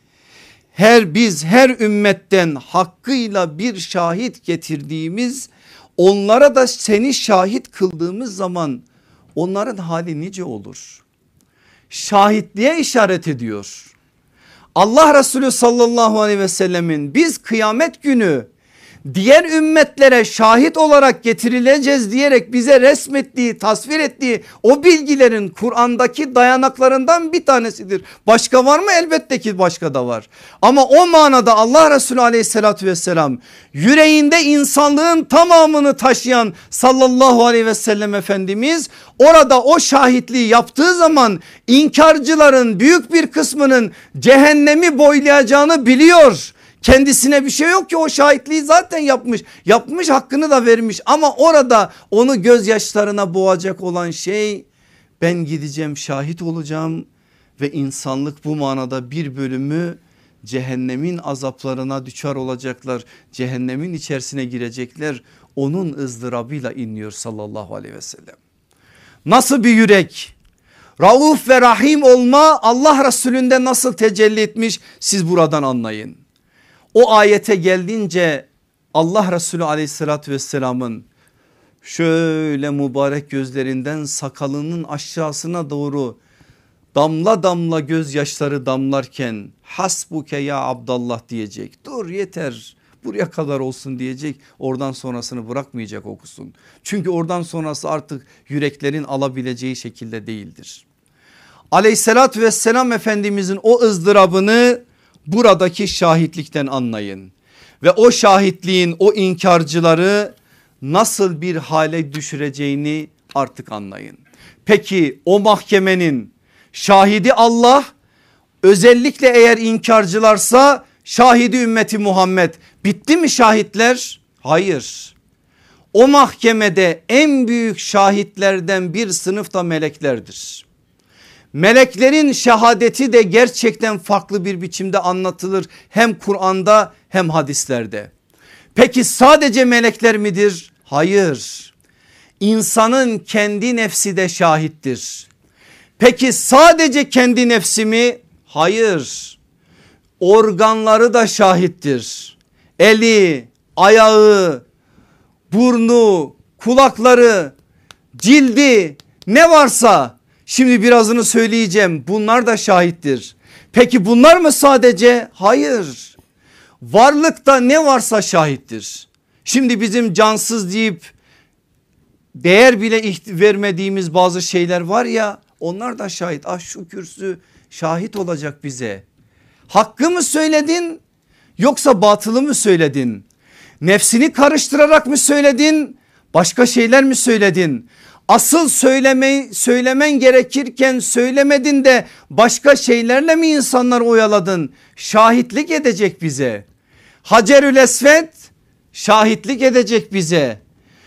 Biz her ümmetten hakkıyla bir şahit getirdiğimiz, onlara da seni şahit kıldığımız zaman onların hali nice olur? Şahitliğe işaret ediyor. Allah Resulü sallallahu aleyhi ve sellemin biz kıyamet günü diğer ümmetlere şahit olarak getirileceğiz diyerek bize resmettiği, tasvir ettiği o bilgilerin Kur'an'daki dayanaklarından bir tanesidir. Başka var mı? Elbette ki başka da var. Ama o manada Allah Resulü aleyhissalatü vesselam yüreğinde insanlığın tamamını taşıyan sallallahu aleyhi ve sellem Efendimiz orada o şahitliği yaptığı zaman inkarcıların büyük bir kısmının cehennemi boylayacağını biliyor. Kendisine bir şey yok ki, o şahitliği zaten yapmış, hakkını da vermiş, ama orada onu gözyaşlarına boğacak olan şey, ben gideceğim, şahit olacağım ve insanlık bu manada bir bölümü cehennemin azaplarına düçar olacaklar, cehennemin içerisine girecekler, onun ızdırabıyla inliyor sallallahu aleyhi ve sellem. Nasıl bir yürek, rauf ve rahim olma Allah Resulü'nde nasıl tecelli etmiş, siz buradan anlayın. O ayete geldiğince Allah Resulü aleyhissalatü vesselamın şöyle mübarek gözlerinden sakalının aşağısına doğru damla damla gözyaşları damlarken hasbuke ya Abdallah diyecek. Dur yeter, buraya kadar olsun diyecek, oradan sonrasını bırakmayacak okusun. Çünkü oradan sonrası artık yüreklerin alabileceği şekilde değildir. Aleyhissalatü vesselam Efendimizin o ızdırabını buradaki şahitlikten anlayın ve o şahitliğin o inkarcıları nasıl bir hale düşüreceğini artık anlayın. Peki o mahkemenin şahidi Allah, özellikle eğer inkarcılarsa şahidi ümmeti Muhammed, bitti mi şahitler? Hayır. O mahkemede en büyük şahitlerden bir sınıf da meleklerdir. Meleklerin şehadeti de gerçekten farklı bir biçimde anlatılır, hem Kur'an'da hem hadislerde. Peki sadece melekler midir? Hayır. İnsanın kendi nefsi de şahittir. Peki sadece kendi nefsi mi? Hayır. Organları da şahittir. Eli, ayağı, burnu, kulakları, cildi, ne varsa, şimdi birazını söyleyeceğim, bunlar da şahittir. Peki bunlar mı sadece? Hayır. Varlıkta ne varsa şahittir. Şimdi bizim cansız deyip değer bile vermediğimiz bazı şeyler var ya, onlar da şahit. Ah şu kürsü şahit olacak bize. Hakkı mı söyledin yoksa batılı mı söyledin? Nefsini karıştırarak mı söyledin? Başka şeyler mi söyledin? Asıl söylemen gerekirken söylemedin de başka şeylerle mi insanları oyaladın? Şahitlik edecek bize. Hacerül Esved şahitlik edecek bize.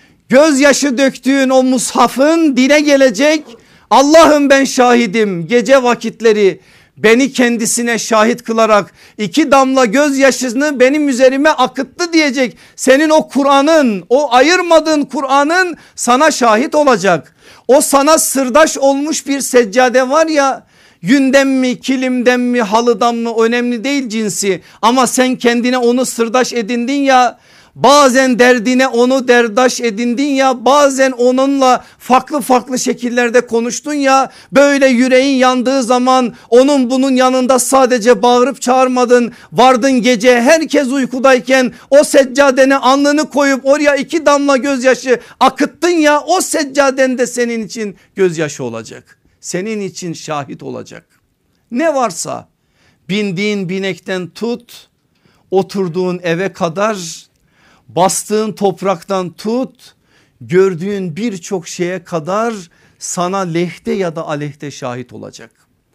Gözyaşı döktüğün o mushafın dile gelecek. Allah'ım ben şahidim, gece vakitleri beni kendisine şahit kılarak 2 damla gözyaşını benim üzerime akıttı diyecek. Senin o Kur'an'ın, o ayırmadığın Kur'an'ın sana şahit olacak. O sana sırdaş olmuş bir seccade var ya, yünden mi, kilimden mi, halıdan mı, önemli değil cinsi, ama sen kendine onu sırdaş edindin ya. Bazen derdine onu derdaş edindin ya, bazen onunla farklı şekillerde konuştun ya, böyle yüreğin yandığı zaman onun bunun yanında sadece bağırıp çağırmadın, vardın gece herkes uykudayken o seccadene alnını koyup oraya 2 damla gözyaşı akıttın ya, o seccaden de senin için gözyaşı olacak, senin için şahit olacak. Ne varsa, bindiğin binekten tut, oturduğun eve kadar, bastığın topraktan tut, gördüğün birçok şeye kadar sana lehte ya da aleyhte şahit olacak.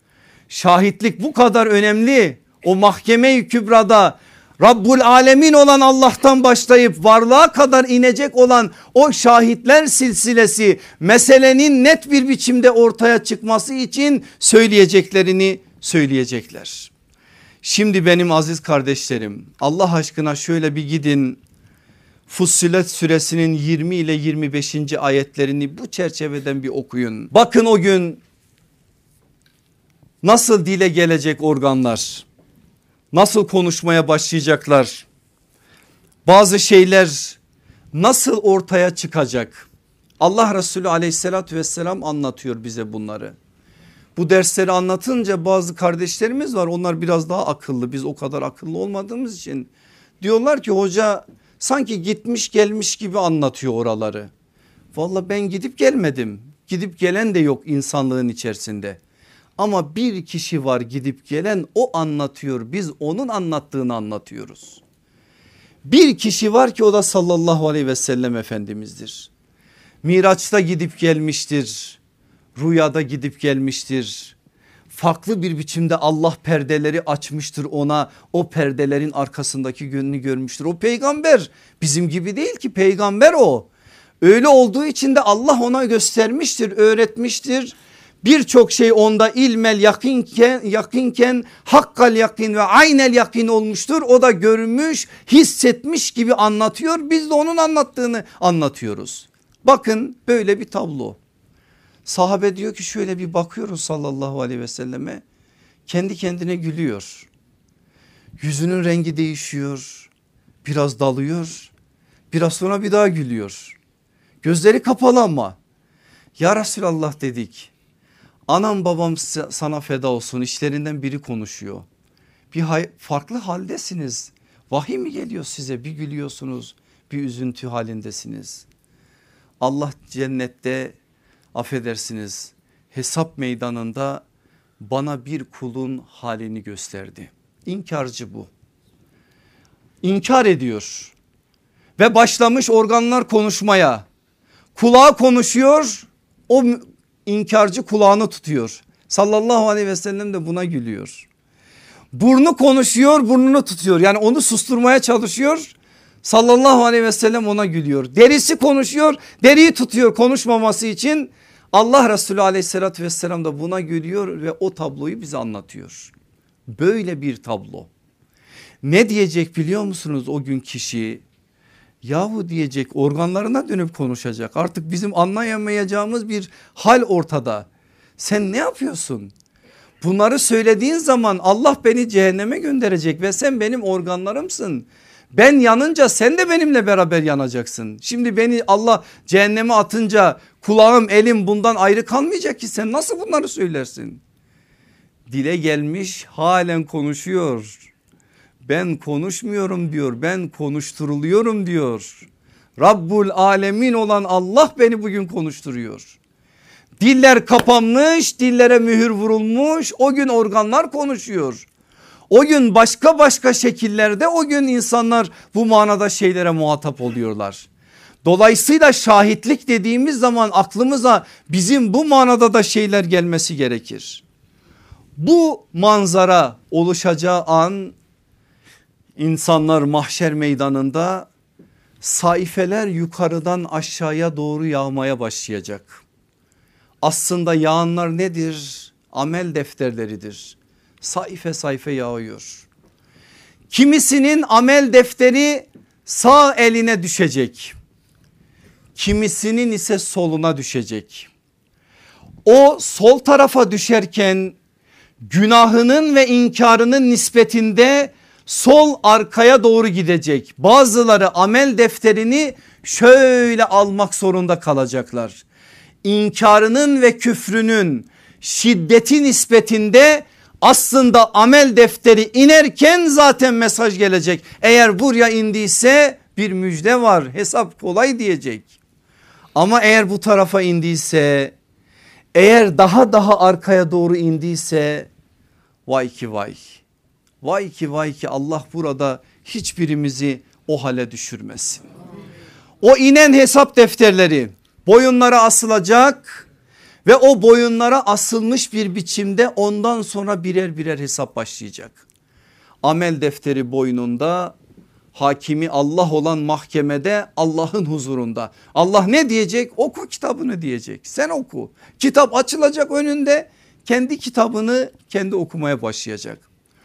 Şahitlik bu kadar önemli. O mahkeme-i kübrada Rabbul Alemin olan Allah'tan başlayıp varlığa kadar inecek olan o şahitler silsilesi meselenin net bir biçimde ortaya çıkması için söyleyeceklerini söyleyecekler. Şimdi benim aziz kardeşlerim, Allah aşkına şöyle bir gidin, Fussilet suresinin 20 ile 25. ayetlerini bu çerçeveden bir okuyun. Bakın o gün nasıl dile gelecek organlar, nasıl konuşmaya başlayacaklar, bazı şeyler nasıl ortaya çıkacak. Allah Resulü aleyhissalatü vesselam anlatıyor bize bunları. Bu dersleri anlatınca bazı kardeşlerimiz var, onlar biraz daha akıllı, biz o kadar akıllı olmadığımız için diyorlar ki hoca Sanki gitmiş gelmiş gibi anlatıyor oraları. Vallahi ben gidip gelmedim. Gidip gelen de yok insanlığın içerisinde. Ama bir kişi var gidip gelen, o anlatıyor. Biz onun anlattığını anlatıyoruz. Bir kişi var ki o da sallallahu aleyhi ve sellem Efendimiz'dir. Miraç'ta gidip gelmiştir. Rüyada gidip gelmiştir. Farklı bir biçimde Allah perdeleri açmıştır ona. O perdelerin arkasındaki yönünü görmüştür. O peygamber, bizim gibi değil ki, peygamber o. Öyle olduğu için de Allah ona göstermiştir, öğretmiştir. Birçok şey onda ilmel yakinken hakkal yakin ve aynel yakin olmuştur. O da görmüş, hissetmiş gibi anlatıyor. Biz de onun anlattığını anlatıyoruz. Bakın böyle bir tablo. Sahabe diyor ki şöyle bir bakıyoruz sallallahu aleyhi ve selleme, kendi kendine gülüyor. Yüzünün rengi değişiyor, biraz dalıyor, biraz sonra bir daha gülüyor. Gözleri kapalı ama. Ya Resulallah dedik, anam babam sana feda olsun, işlerinden biri konuşuyor. Bir farklı haldesiniz, vahiy mi geliyor size, bir gülüyorsunuz, bir üzüntü halindesiniz. Allah cennette, affedersiniz, hesap meydanında bana bir kulun halini gösterdi. İnkarcı bu. İnkar ediyor ve başlamış organlar konuşmaya. Kulağı konuşuyor, o inkarcı kulağını tutuyor. Sallallahu aleyhi ve sellem de buna gülüyor. Burnu konuşuyor, burnunu tutuyor, yani onu susturmaya çalışıyor. Sallallahu aleyhi ve sellem ona gülüyor. Derisi konuşuyor, deriyi tutuyor konuşmaması için. Allah Resulü aleyhissalatü vesselam da buna gülüyor ve o tabloyu bize anlatıyor. Böyle bir tablo. Ne diyecek biliyor musunuz o gün kişi? Yahu diyecek, organlarına dönüp konuşacak. Artık bizim anlayamayacağımız bir hal ortada. Sen ne yapıyorsun? Bunları söylediğin zaman Allah beni cehenneme gönderecek ve sen benim organlarımsın. Ben yanınca sen de benimle beraber yanacaksın. Şimdi beni Allah cehenneme atınca kulağım elim bundan ayrı kalmayacak ki, sen nasıl bunları söylersin? Dile gelmiş, halen konuşuyor. Ben konuşmuyorum diyor, ben konuşturuluyorum diyor. Rabbul alemin olan Allah beni bugün konuşturuyor. Diller kapanmış, dillere mühür vurulmuş, o gün organlar konuşuyor. O gün başka şekillerde, o gün insanlar bu manada şeylere muhatap oluyorlar. Dolayısıyla şahitlik dediğimiz zaman aklımıza bizim bu manada da şeyler gelmesi gerekir. Bu manzara oluşacağı an insanlar mahşer meydanında saifeler yukarıdan aşağıya doğru yağmaya başlayacak. Aslında yağanlar nedir? Amel defterleridir. Sayfa sayfa yağıyor. Kimisinin amel defteri sağ eline düşecek. Kimisinin ise soluna düşecek. O sol tarafa düşerken günahının ve inkarının nispetinde sol arkaya doğru gidecek. Bazıları amel defterini şöyle almak zorunda kalacaklar. İnkarının ve küfrünün şiddeti nispetinde aslında amel defteri inerken zaten mesaj gelecek. Eğer buraya indiyse bir müjde var, hesap kolay diyecek. Ama eğer bu tarafa indiyse, eğer daha arkaya doğru indiyse vay ki vay. Vay ki vay ki Allah burada hiçbirimizi o hale düşürmesin. O inen hesap defterleri boyunlara asılacak ve o boyunlara asılmış bir biçimde ondan sonra birer birer hesap başlayacak. Amel defteri boynunda, hakimi Allah olan mahkemede, Allah'ın huzurunda. Allah ne diyecek? Oku kitabını diyecek. Sen oku. Kitap açılacak önünde, kendi kitabını kendi okumaya başlayacak.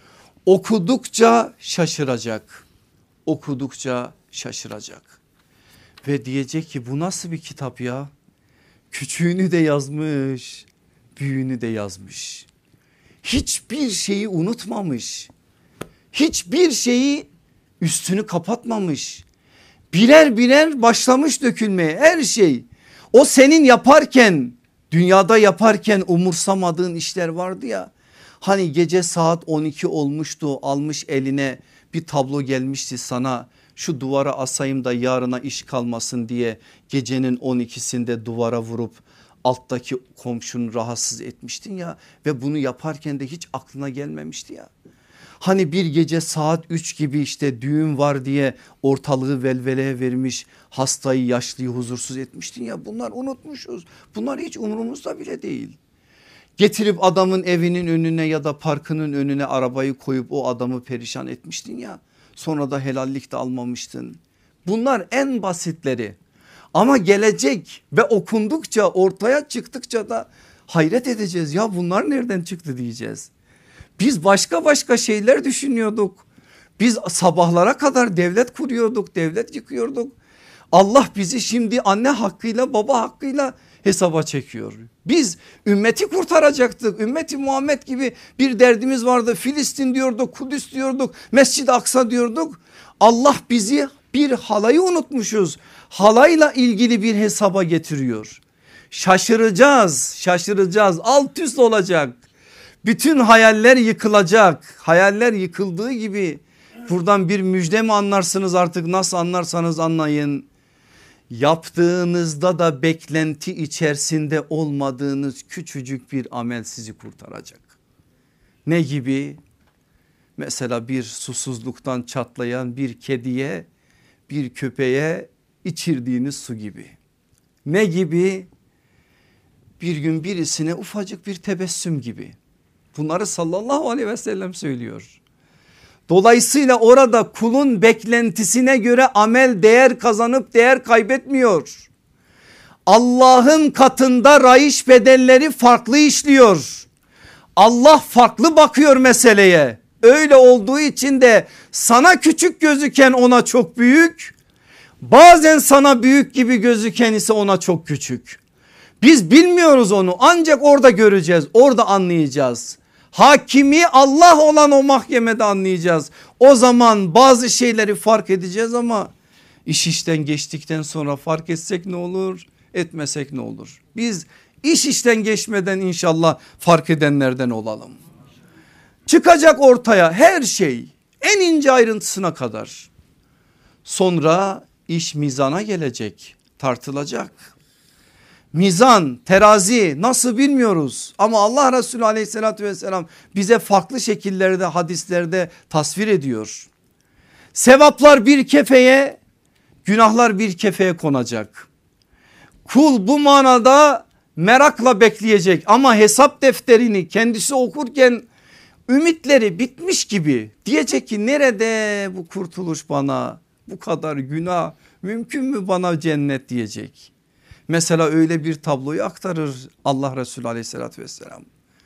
Okudukça şaşıracak. Okudukça şaşıracak. Ve diyecek ki bu nasıl bir kitap ya? Küçüğünü de yazmış, büyüğünü de yazmış. Hiçbir şeyi unutmamış. Hiçbir şeyi üstünü kapatmamış. Birer birer başlamış dökülmeye her şey. O senin yaparken, dünyada yaparken umursamadığın işler vardı ya. Hani gece saat 12 olmuştu, almış eline bir tablo gelmişti sana. şu duvara asayım da yarına iş kalmasın diye gecenin 12'sinde duvara vurup alttaki komşunu rahatsız etmiştin ya ve bunu yaparken de hiç aklına gelmemişti ya. Hani bir gece saat 3 gibi işte düğün var diye ortalığı velveleye vermiş, hastayı yaşlıyı huzursuz etmiştin ya, bunlar unutmuşuz. Bunlar hiç umurumuzda bile değil. Getirip adamın evinin önüne ya da parkının önüne arabayı koyup o adamı perişan etmiştin ya, sonra da helallik de almamıştın. Bunlar en basitleri ama gelecek ve okundukça ortaya çıktıkça da hayret edeceğiz, ya bunlar nereden çıktı diyeceğiz. Biz başka şeyler düşünüyorduk. Biz sabahlara kadar devlet kuruyorduk, devlet yıkıyorduk. Allah bizi şimdi anne hakkıyla baba hakkıyla hesaba çekiyor. Biz ümmeti kurtaracaktık. Ümmeti Muhammed gibi bir derdimiz vardı. Filistin diyorduk, Kudüs diyorduk, Mescid-i Aksa diyorduk. Allah bizi bir halayı unutmuşuz. Halayla ilgili bir hesaba getiriyor. Şaşıracağız, alt üst olacak. Bütün hayaller yıkılacak. Hayaller yıkıldığı gibi buradan bir müjde mi anlarsınız, artık nasıl anlarsanız anlayın. Yaptığınızda da beklenti içerisinde olmadığınız küçücük bir amel sizi kurtaracak. Ne gibi? Mesela bir susuzluktan çatlayan bir kediye, bir köpeğe içirdiğiniz su gibi. Ne gibi? Bir gün birisine ufacık bir tebessüm gibi. Bunları sallallahu aleyhi ve sellem söylüyor. Dolayısıyla orada kulun beklentisine göre amel değer kazanıp değer kaybetmiyor. Allah'ın katında rayiç bedelleri farklı işliyor. Allah farklı bakıyor meseleye. Öyle olduğu için de sana küçük gözüken ona çok büyük, bazen sana büyük gibi gözüken ise ona çok küçük. Biz bilmiyoruz onu, ancak orada göreceğiz, orada anlayacağız. Hakimi Allah olan o mahkemede anlayacağız. O zaman bazı şeyleri fark edeceğiz ama iş işten geçtikten sonra fark etsek ne olur, etmesek ne olur? Biz iş işten geçmeden inşallah fark edenlerden olalım. Çıkacak ortaya her şey, en ince ayrıntısına kadar. Sonra iş mizana gelecek, tartılacak. Mizan, terazi nasıl bilmiyoruz ama Allah Resulü aleyhissalatü vesselam bize farklı şekillerde hadislerde tasvir ediyor. Sevaplar bir kefeye, günahlar bir kefeye konacak. Kul bu manada merakla bekleyecek ama hesap defterini kendisi okurken ümitleri bitmiş gibi, diyecek ki nerede bu kurtuluş bana, bu kadar günah, mümkün mü bana cennet diyecek. Mesela öyle bir tabloyu aktarır Allah Resulü aleyhissalatü vesselam.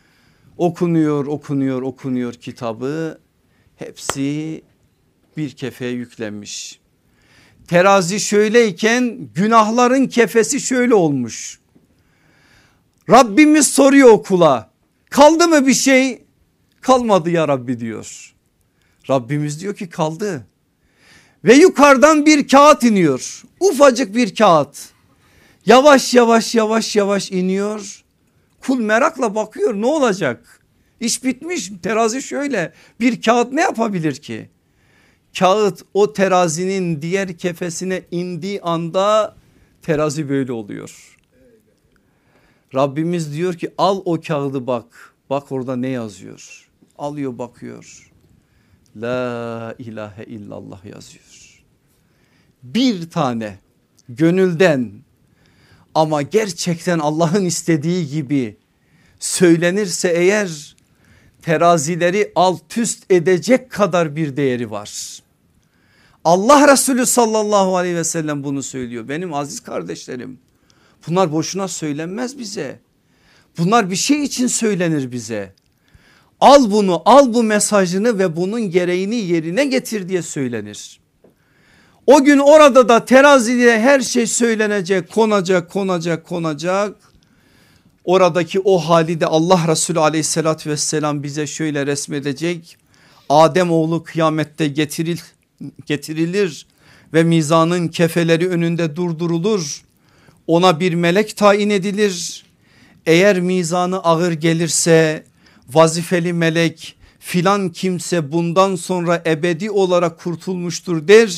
Okunuyor kitabı, hepsi bir kefeye yüklenmiş. Terazi şöyleyken günahların kefesi şöyle olmuş. Rabbimiz soruyor o kula, kaldı mı bir şey? Kalmadı ya Rabbi diyor. Rabbimiz diyor ki kaldı. Ve yukarıdan bir kağıt iniyor, ufacık bir kağıt. Yavaş yavaş iniyor. Kul merakla bakıyor, ne olacak? İş bitmiş, terazi şöyle, bir kağıt ne yapabilir ki? Kağıt o terazinin diğer kefesine indiği anda terazi böyle oluyor. Rabbimiz diyor ki al o kağıdı bak orada ne yazıyor? Alıyor bakıyor, la ilahe illallah yazıyor. Bir tane gönülden ama gerçekten Allah'ın istediği gibi söylenirse eğer terazileri alt üst edecek kadar bir değeri var. Allah Resulü sallallahu aleyhi ve sellem bunu söylüyor. Benim aziz kardeşlerim, bunlar boşuna söylenmez bize. Bunlar bir şey için söylenir bize. Al bunu, al bu mesajını ve bunun gereğini yerine getir diye söylenir. O gün orada da terazide her şey söylenecek, konacak. Oradaki o hali de Allah Resulü aleyhissalatü vesselam bize şöyle resmedecek. Ademoğlu kıyamette getirilir ve mizanın kefeleri önünde durdurulur. Ona bir melek tayin edilir. Eğer mizanı ağır gelirse vazifeli melek filan kimse bundan sonra ebedi olarak kurtulmuştur der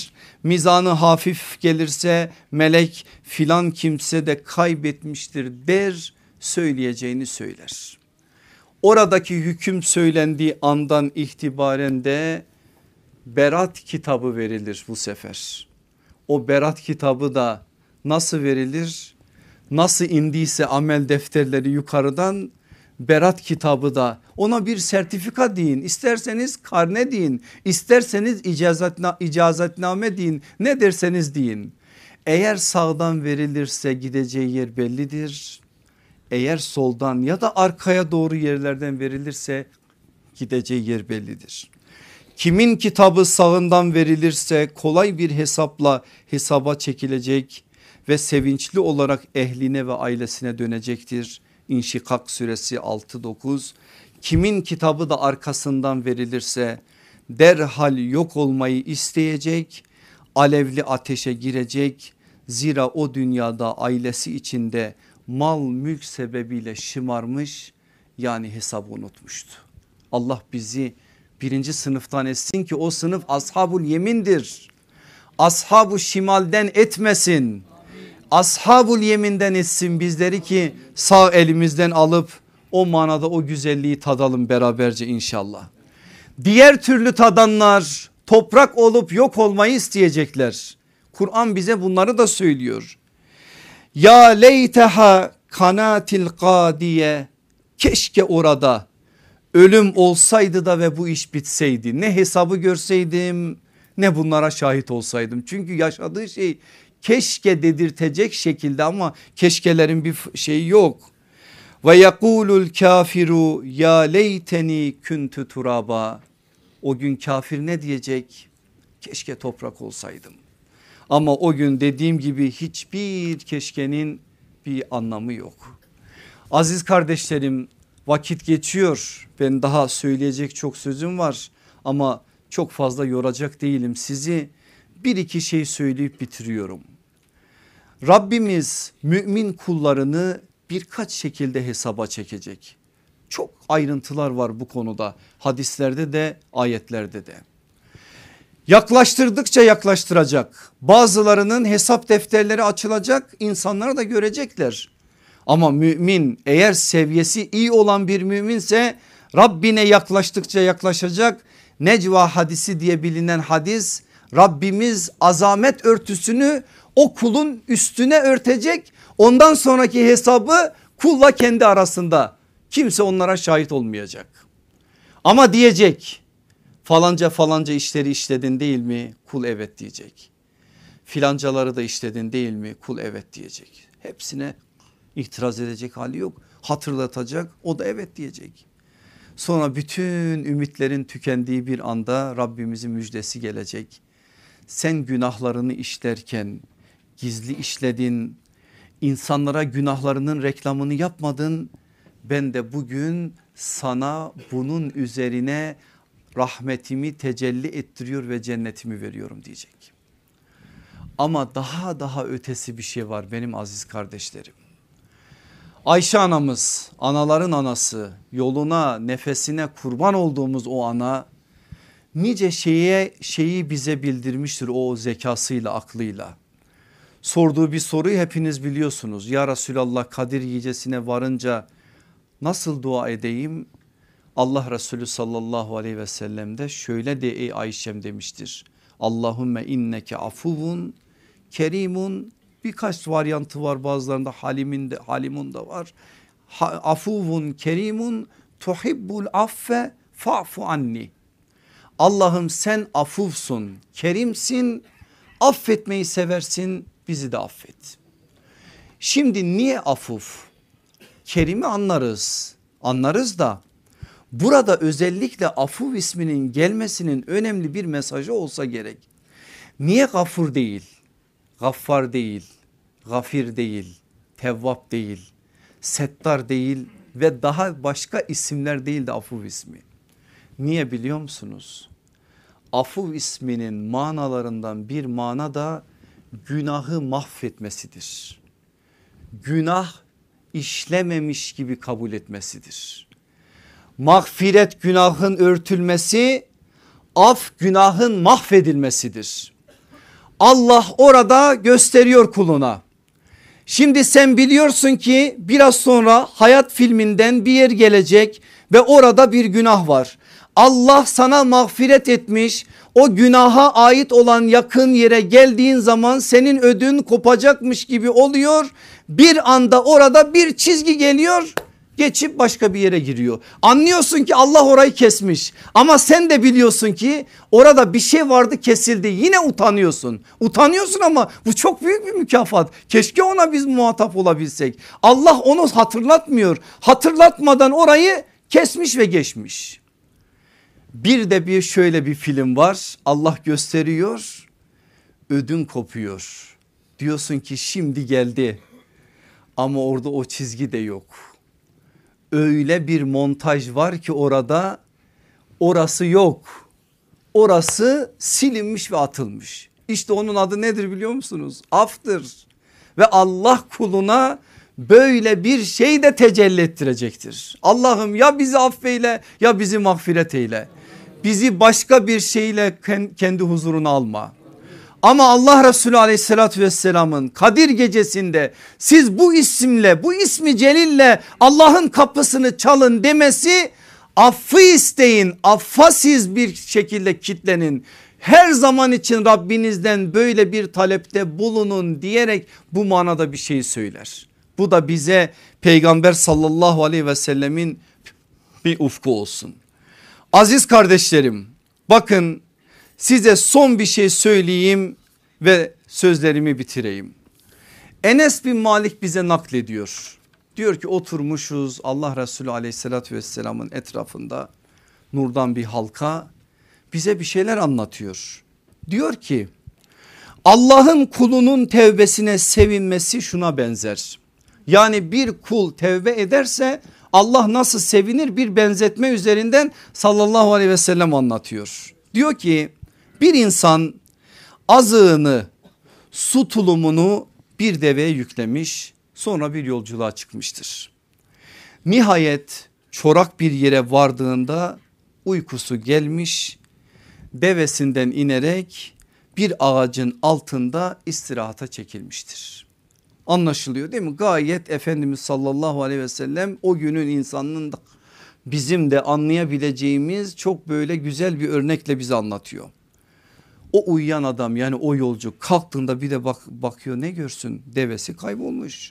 mizanı hafif gelirse melek filan kimse de kaybetmiştir der, söyleyeceğini söyler. Oradaki hüküm söylendiği andan itibaren de berat kitabı verilir bu sefer. O berat kitabı da nasıl verilir? Nasıl indiyse amel defterleri yukarıdan, berat kitabı da, ona bir sertifika deyin, isterseniz karne deyin, isterseniz icazetname deyin, ne derseniz deyin. Eğer sağdan verilirse gideceği yer bellidir. Eğer soldan ya da arkaya doğru yerlerden verilirse gideceği yer bellidir. Kimin kitabı sağından verilirse kolay bir hesapla hesaba çekilecek ve sevinçli olarak ehline ve ailesine dönecektir. İnşikak suresi 6-9. Kimin kitabı da arkasından verilirse derhal yok olmayı isteyecek, alevli ateşe girecek. Zira o dünyada ailesi içinde mal mülk sebebiyle şımarmış, yani hesabı unutmuştu. Allah bizi birinci sınıftan etsin ki o sınıf ashabul yemindir. Ashabu şimalden etmesin. Ashabul yeminden etsin bizleri ki sağ elimizden alıp o manada o güzelliği tadalım beraberce inşallah. Diğer türlü tadanlar toprak olup yok olmayı isteyecekler. Kur'an bize bunları da söylüyor. Ya leyteha kanatil kadiye, keşke orada ölüm olsaydı da ve bu iş bitseydi. Ne hesabı görseydim ne bunlara şahit olsaydım. Çünkü yaşadığı şey keşke dedirtecek şekilde, ama keşkelerin bir şeyi yok. Ve yekulul kafiru ya leyteni kuntu turaba. O gün kafir ne diyecek? Keşke toprak olsaydım. Ama o gün dediğim gibi hiçbir keşkenin bir anlamı yok. Aziz kardeşlerim, vakit geçiyor. Ben daha söyleyecek çok sözüm var ama çok fazla yoracak değilim sizi. Bir iki şey söyleyip bitiriyorum. Rabbimiz mümin kullarını birkaç şekilde hesaba çekecek. Çok ayrıntılar var bu konuda, hadislerde de ayetlerde de. Yaklaştırdıkça yaklaştıracak. Bazılarının hesap defterleri açılacak, insanlar da görecekler. Ama mümin, eğer seviyesi iyi olan bir müminse Rabbine yaklaştıkça yaklaşacak. Necva hadisi diye bilinen hadis, Rabbimiz azamet örtüsünü o kulun üstüne örtecek. Ondan sonraki hesabı kulla kendi arasında, kimse onlara şahit olmayacak. Ama diyecek, falanca falanca işleri işledin değil mi? Kul evet diyecek. Filancaları da işledin değil mi? Kul evet diyecek. Hepsine itiraz edecek hali yok. Hatırlatacak, o da evet diyecek. Sonra bütün ümitlerin tükendiği bir anda Rabbimizin müjdesi gelecek. Sen günahlarını işlerken gizli işledin, insanlara günahlarının reklamını yapmadın. Ben de bugün sana bunun üzerine rahmetimi tecelli ettiriyor ve cennetimi veriyorum diyecek. Ama daha ötesi bir şey var benim aziz kardeşlerim. Ayşe anamız, anaların anası, yoluna nefesine kurban olduğumuz o ana nice şeyi bize bildirmiştir o zekasıyla, aklıyla. Sorduğu bir soruyu hepiniz biliyorsunuz. Ya Resulallah, Kadir gecesine varınca nasıl dua edeyim? Allah Resulü sallallahu aleyhi ve sellem de şöyle de ey Ayşem demiştir. Allahümme inneke afuvun kerimun, birkaç varyantı var, bazılarında halimun da var. Afuvun kerimun tuhibbul affe fa'fu anni. Allah'ım sen afuvsun, kerimsin, affetmeyi seversin, bizi de affet. Şimdi niye afuf? Kerimi anlarız da burada özellikle afuv isminin gelmesinin önemli bir mesajı olsa gerek. Niye gafur değil, gaffar değil, gafir değil, tevvap değil, settar değil ve daha başka isimler değil de afuv ismi? Niye biliyor musunuz? Afuv isminin manalarından bir mana da günahı mahvetmesidir. Günah işlememiş gibi kabul etmesidir. Mağfiret günahın örtülmesi, af günahın mahvedilmesidir. Allah orada gösteriyor kuluna. Şimdi sen biliyorsun ki biraz sonra hayat filminden bir yer gelecek ve orada bir günah var. Allah sana mağfiret etmiş, o günaha ait olan yakın yere geldiğin zaman senin ödün kopacakmış gibi oluyor. Bir anda orada bir çizgi geliyor, geçip başka bir yere giriyor. Anlıyorsun ki Allah orayı kesmiş ama sen de biliyorsun ki orada bir şey vardı, kesildi. Yine utanıyorsun. Utanıyorsun ama bu çok büyük bir mükafat. Keşke ona biz muhatap olabilsek. Allah onu hatırlatmıyor. Hatırlatmadan orayı kesmiş ve geçmiş. Bir de şöyle bir film var. Allah gösteriyor. Ödün kopuyor. Diyorsun ki şimdi geldi. Ama orada o çizgi de yok. Öyle bir montaj var ki orada, orası yok. Orası silinmiş ve atılmış. İşte onun adı nedir biliyor musunuz? Aftır. Ve Allah kuluna böyle bir şey de tecelli ettirecektir. Allah'ım ya bizi affeyle ya bizi mağfiret eyle. Bizi başka bir şeyle kendi huzuruna alma. Ama Allah Resulü aleyhissalatü vesselamın Kadir gecesinde siz bu isimle, bu ismi celille Allah'ın kapısını çalın demesi, affı isteyin, affa siz bir şekilde kitlenin. Her zaman için Rabbinizden böyle bir talepte bulunun diyerek bu manada bir şey söyler. Bu da bize Peygamber sallallahu aleyhi ve sellemin bir ufku olsun. Aziz kardeşlerim, bakın size son bir şey söyleyeyim ve sözlerimi bitireyim. Enes bin Malik bize naklediyor. Diyor ki oturmuşuz Allah Resulü aleyhissalatü vesselamın etrafında, nurdan bir halka, bize bir şeyler anlatıyor. Diyor ki Allah'ın kulunun tevbesine sevinmesi şuna benzer. Yani bir kul tevbe ederse Allah nasıl sevinir, bir benzetme üzerinden sallallahu aleyhi ve sellem anlatıyor. Diyor ki bir insan azığını, su tulumunu bir deveye yüklemiş, sonra bir yolculuğa çıkmıştır. Nihayet çorak bir yere vardığında uykusu gelmiş, devesinden inerek bir ağacın altında istirahata çekilmiştir. Anlaşılıyor değil mi? Gayet Efendimiz sallallahu aleyhi ve sellem o günün insanının da bizim de anlayabileceğimiz çok böyle güzel bir örnekle bize anlatıyor. O uyuyan adam, yani o yolcu kalktığında bir de bakıyor, ne görsün, devesi kaybolmuş.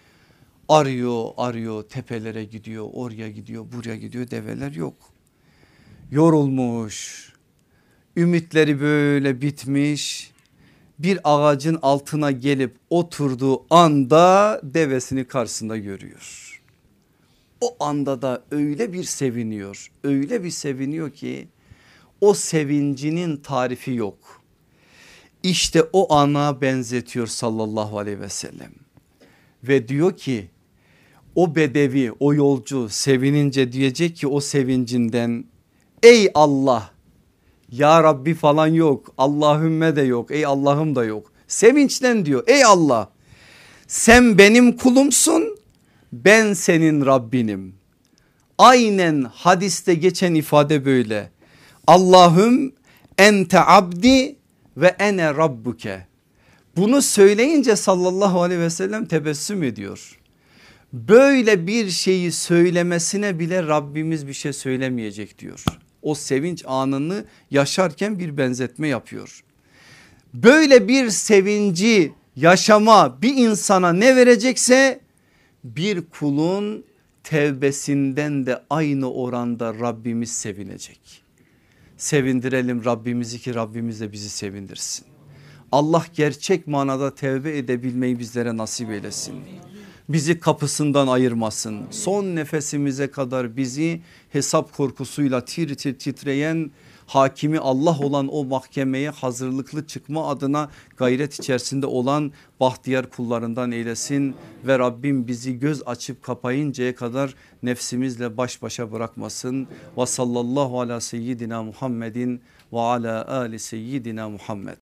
Arıyor tepelere gidiyor, oraya gidiyor, buraya gidiyor, develer yok. Yorulmuş, ümitleri böyle bitmiş, bir ağacın altına gelip oturduğu anda devesini karşısında görüyor. O anda da öyle bir seviniyor, öyle bir seviniyor ki o sevincinin tarifi yok. İşte o ana benzetiyor sallallahu aleyhi ve sellem. Ve diyor ki o bedevi, o yolcu sevinince diyecek ki o sevincinden, ey Allah, ya Rabbi falan yok, Allahümme de yok, ey Allah'ım da yok. Sevinçten diyor, ey Allah sen benim kulumsun, ben senin Rabbinim. Aynen hadiste geçen ifade böyle. Allahüm ente abdi ve ene rabbuke. Bunu söyleyince sallallahu aleyhi ve sellem tebessüm ediyor. Böyle bir şeyi söylemesine bile Rabbimiz bir şey söylemeyecek diyor. O sevinç anını yaşarken bir benzetme yapıyor. Böyle bir sevinci yaşama bir insana ne verecekse bir kulun tevbesinden de aynı oranda Rabbimiz sevinecek. Sevindirelim Rabbimizi ki Rabbimiz de bizi sevindirsin. Allah gerçek manada tevbe edebilmeyi bizlere nasip eylesin. Bizi kapısından ayırmasın. Son nefesimize kadar bizi hesap korkusuyla tir tir titreyen, hakimi Allah olan o mahkemeye hazırlıklı çıkma adına gayret içerisinde olan bahtiyar kullarından eylesin. Ve Rabbim bizi göz açıp kapayıncaya kadar nefsimizle baş başa bırakmasın. Ve sallallahu ala seyyidina Muhammedin ve ala ali seyyidina Muhammed.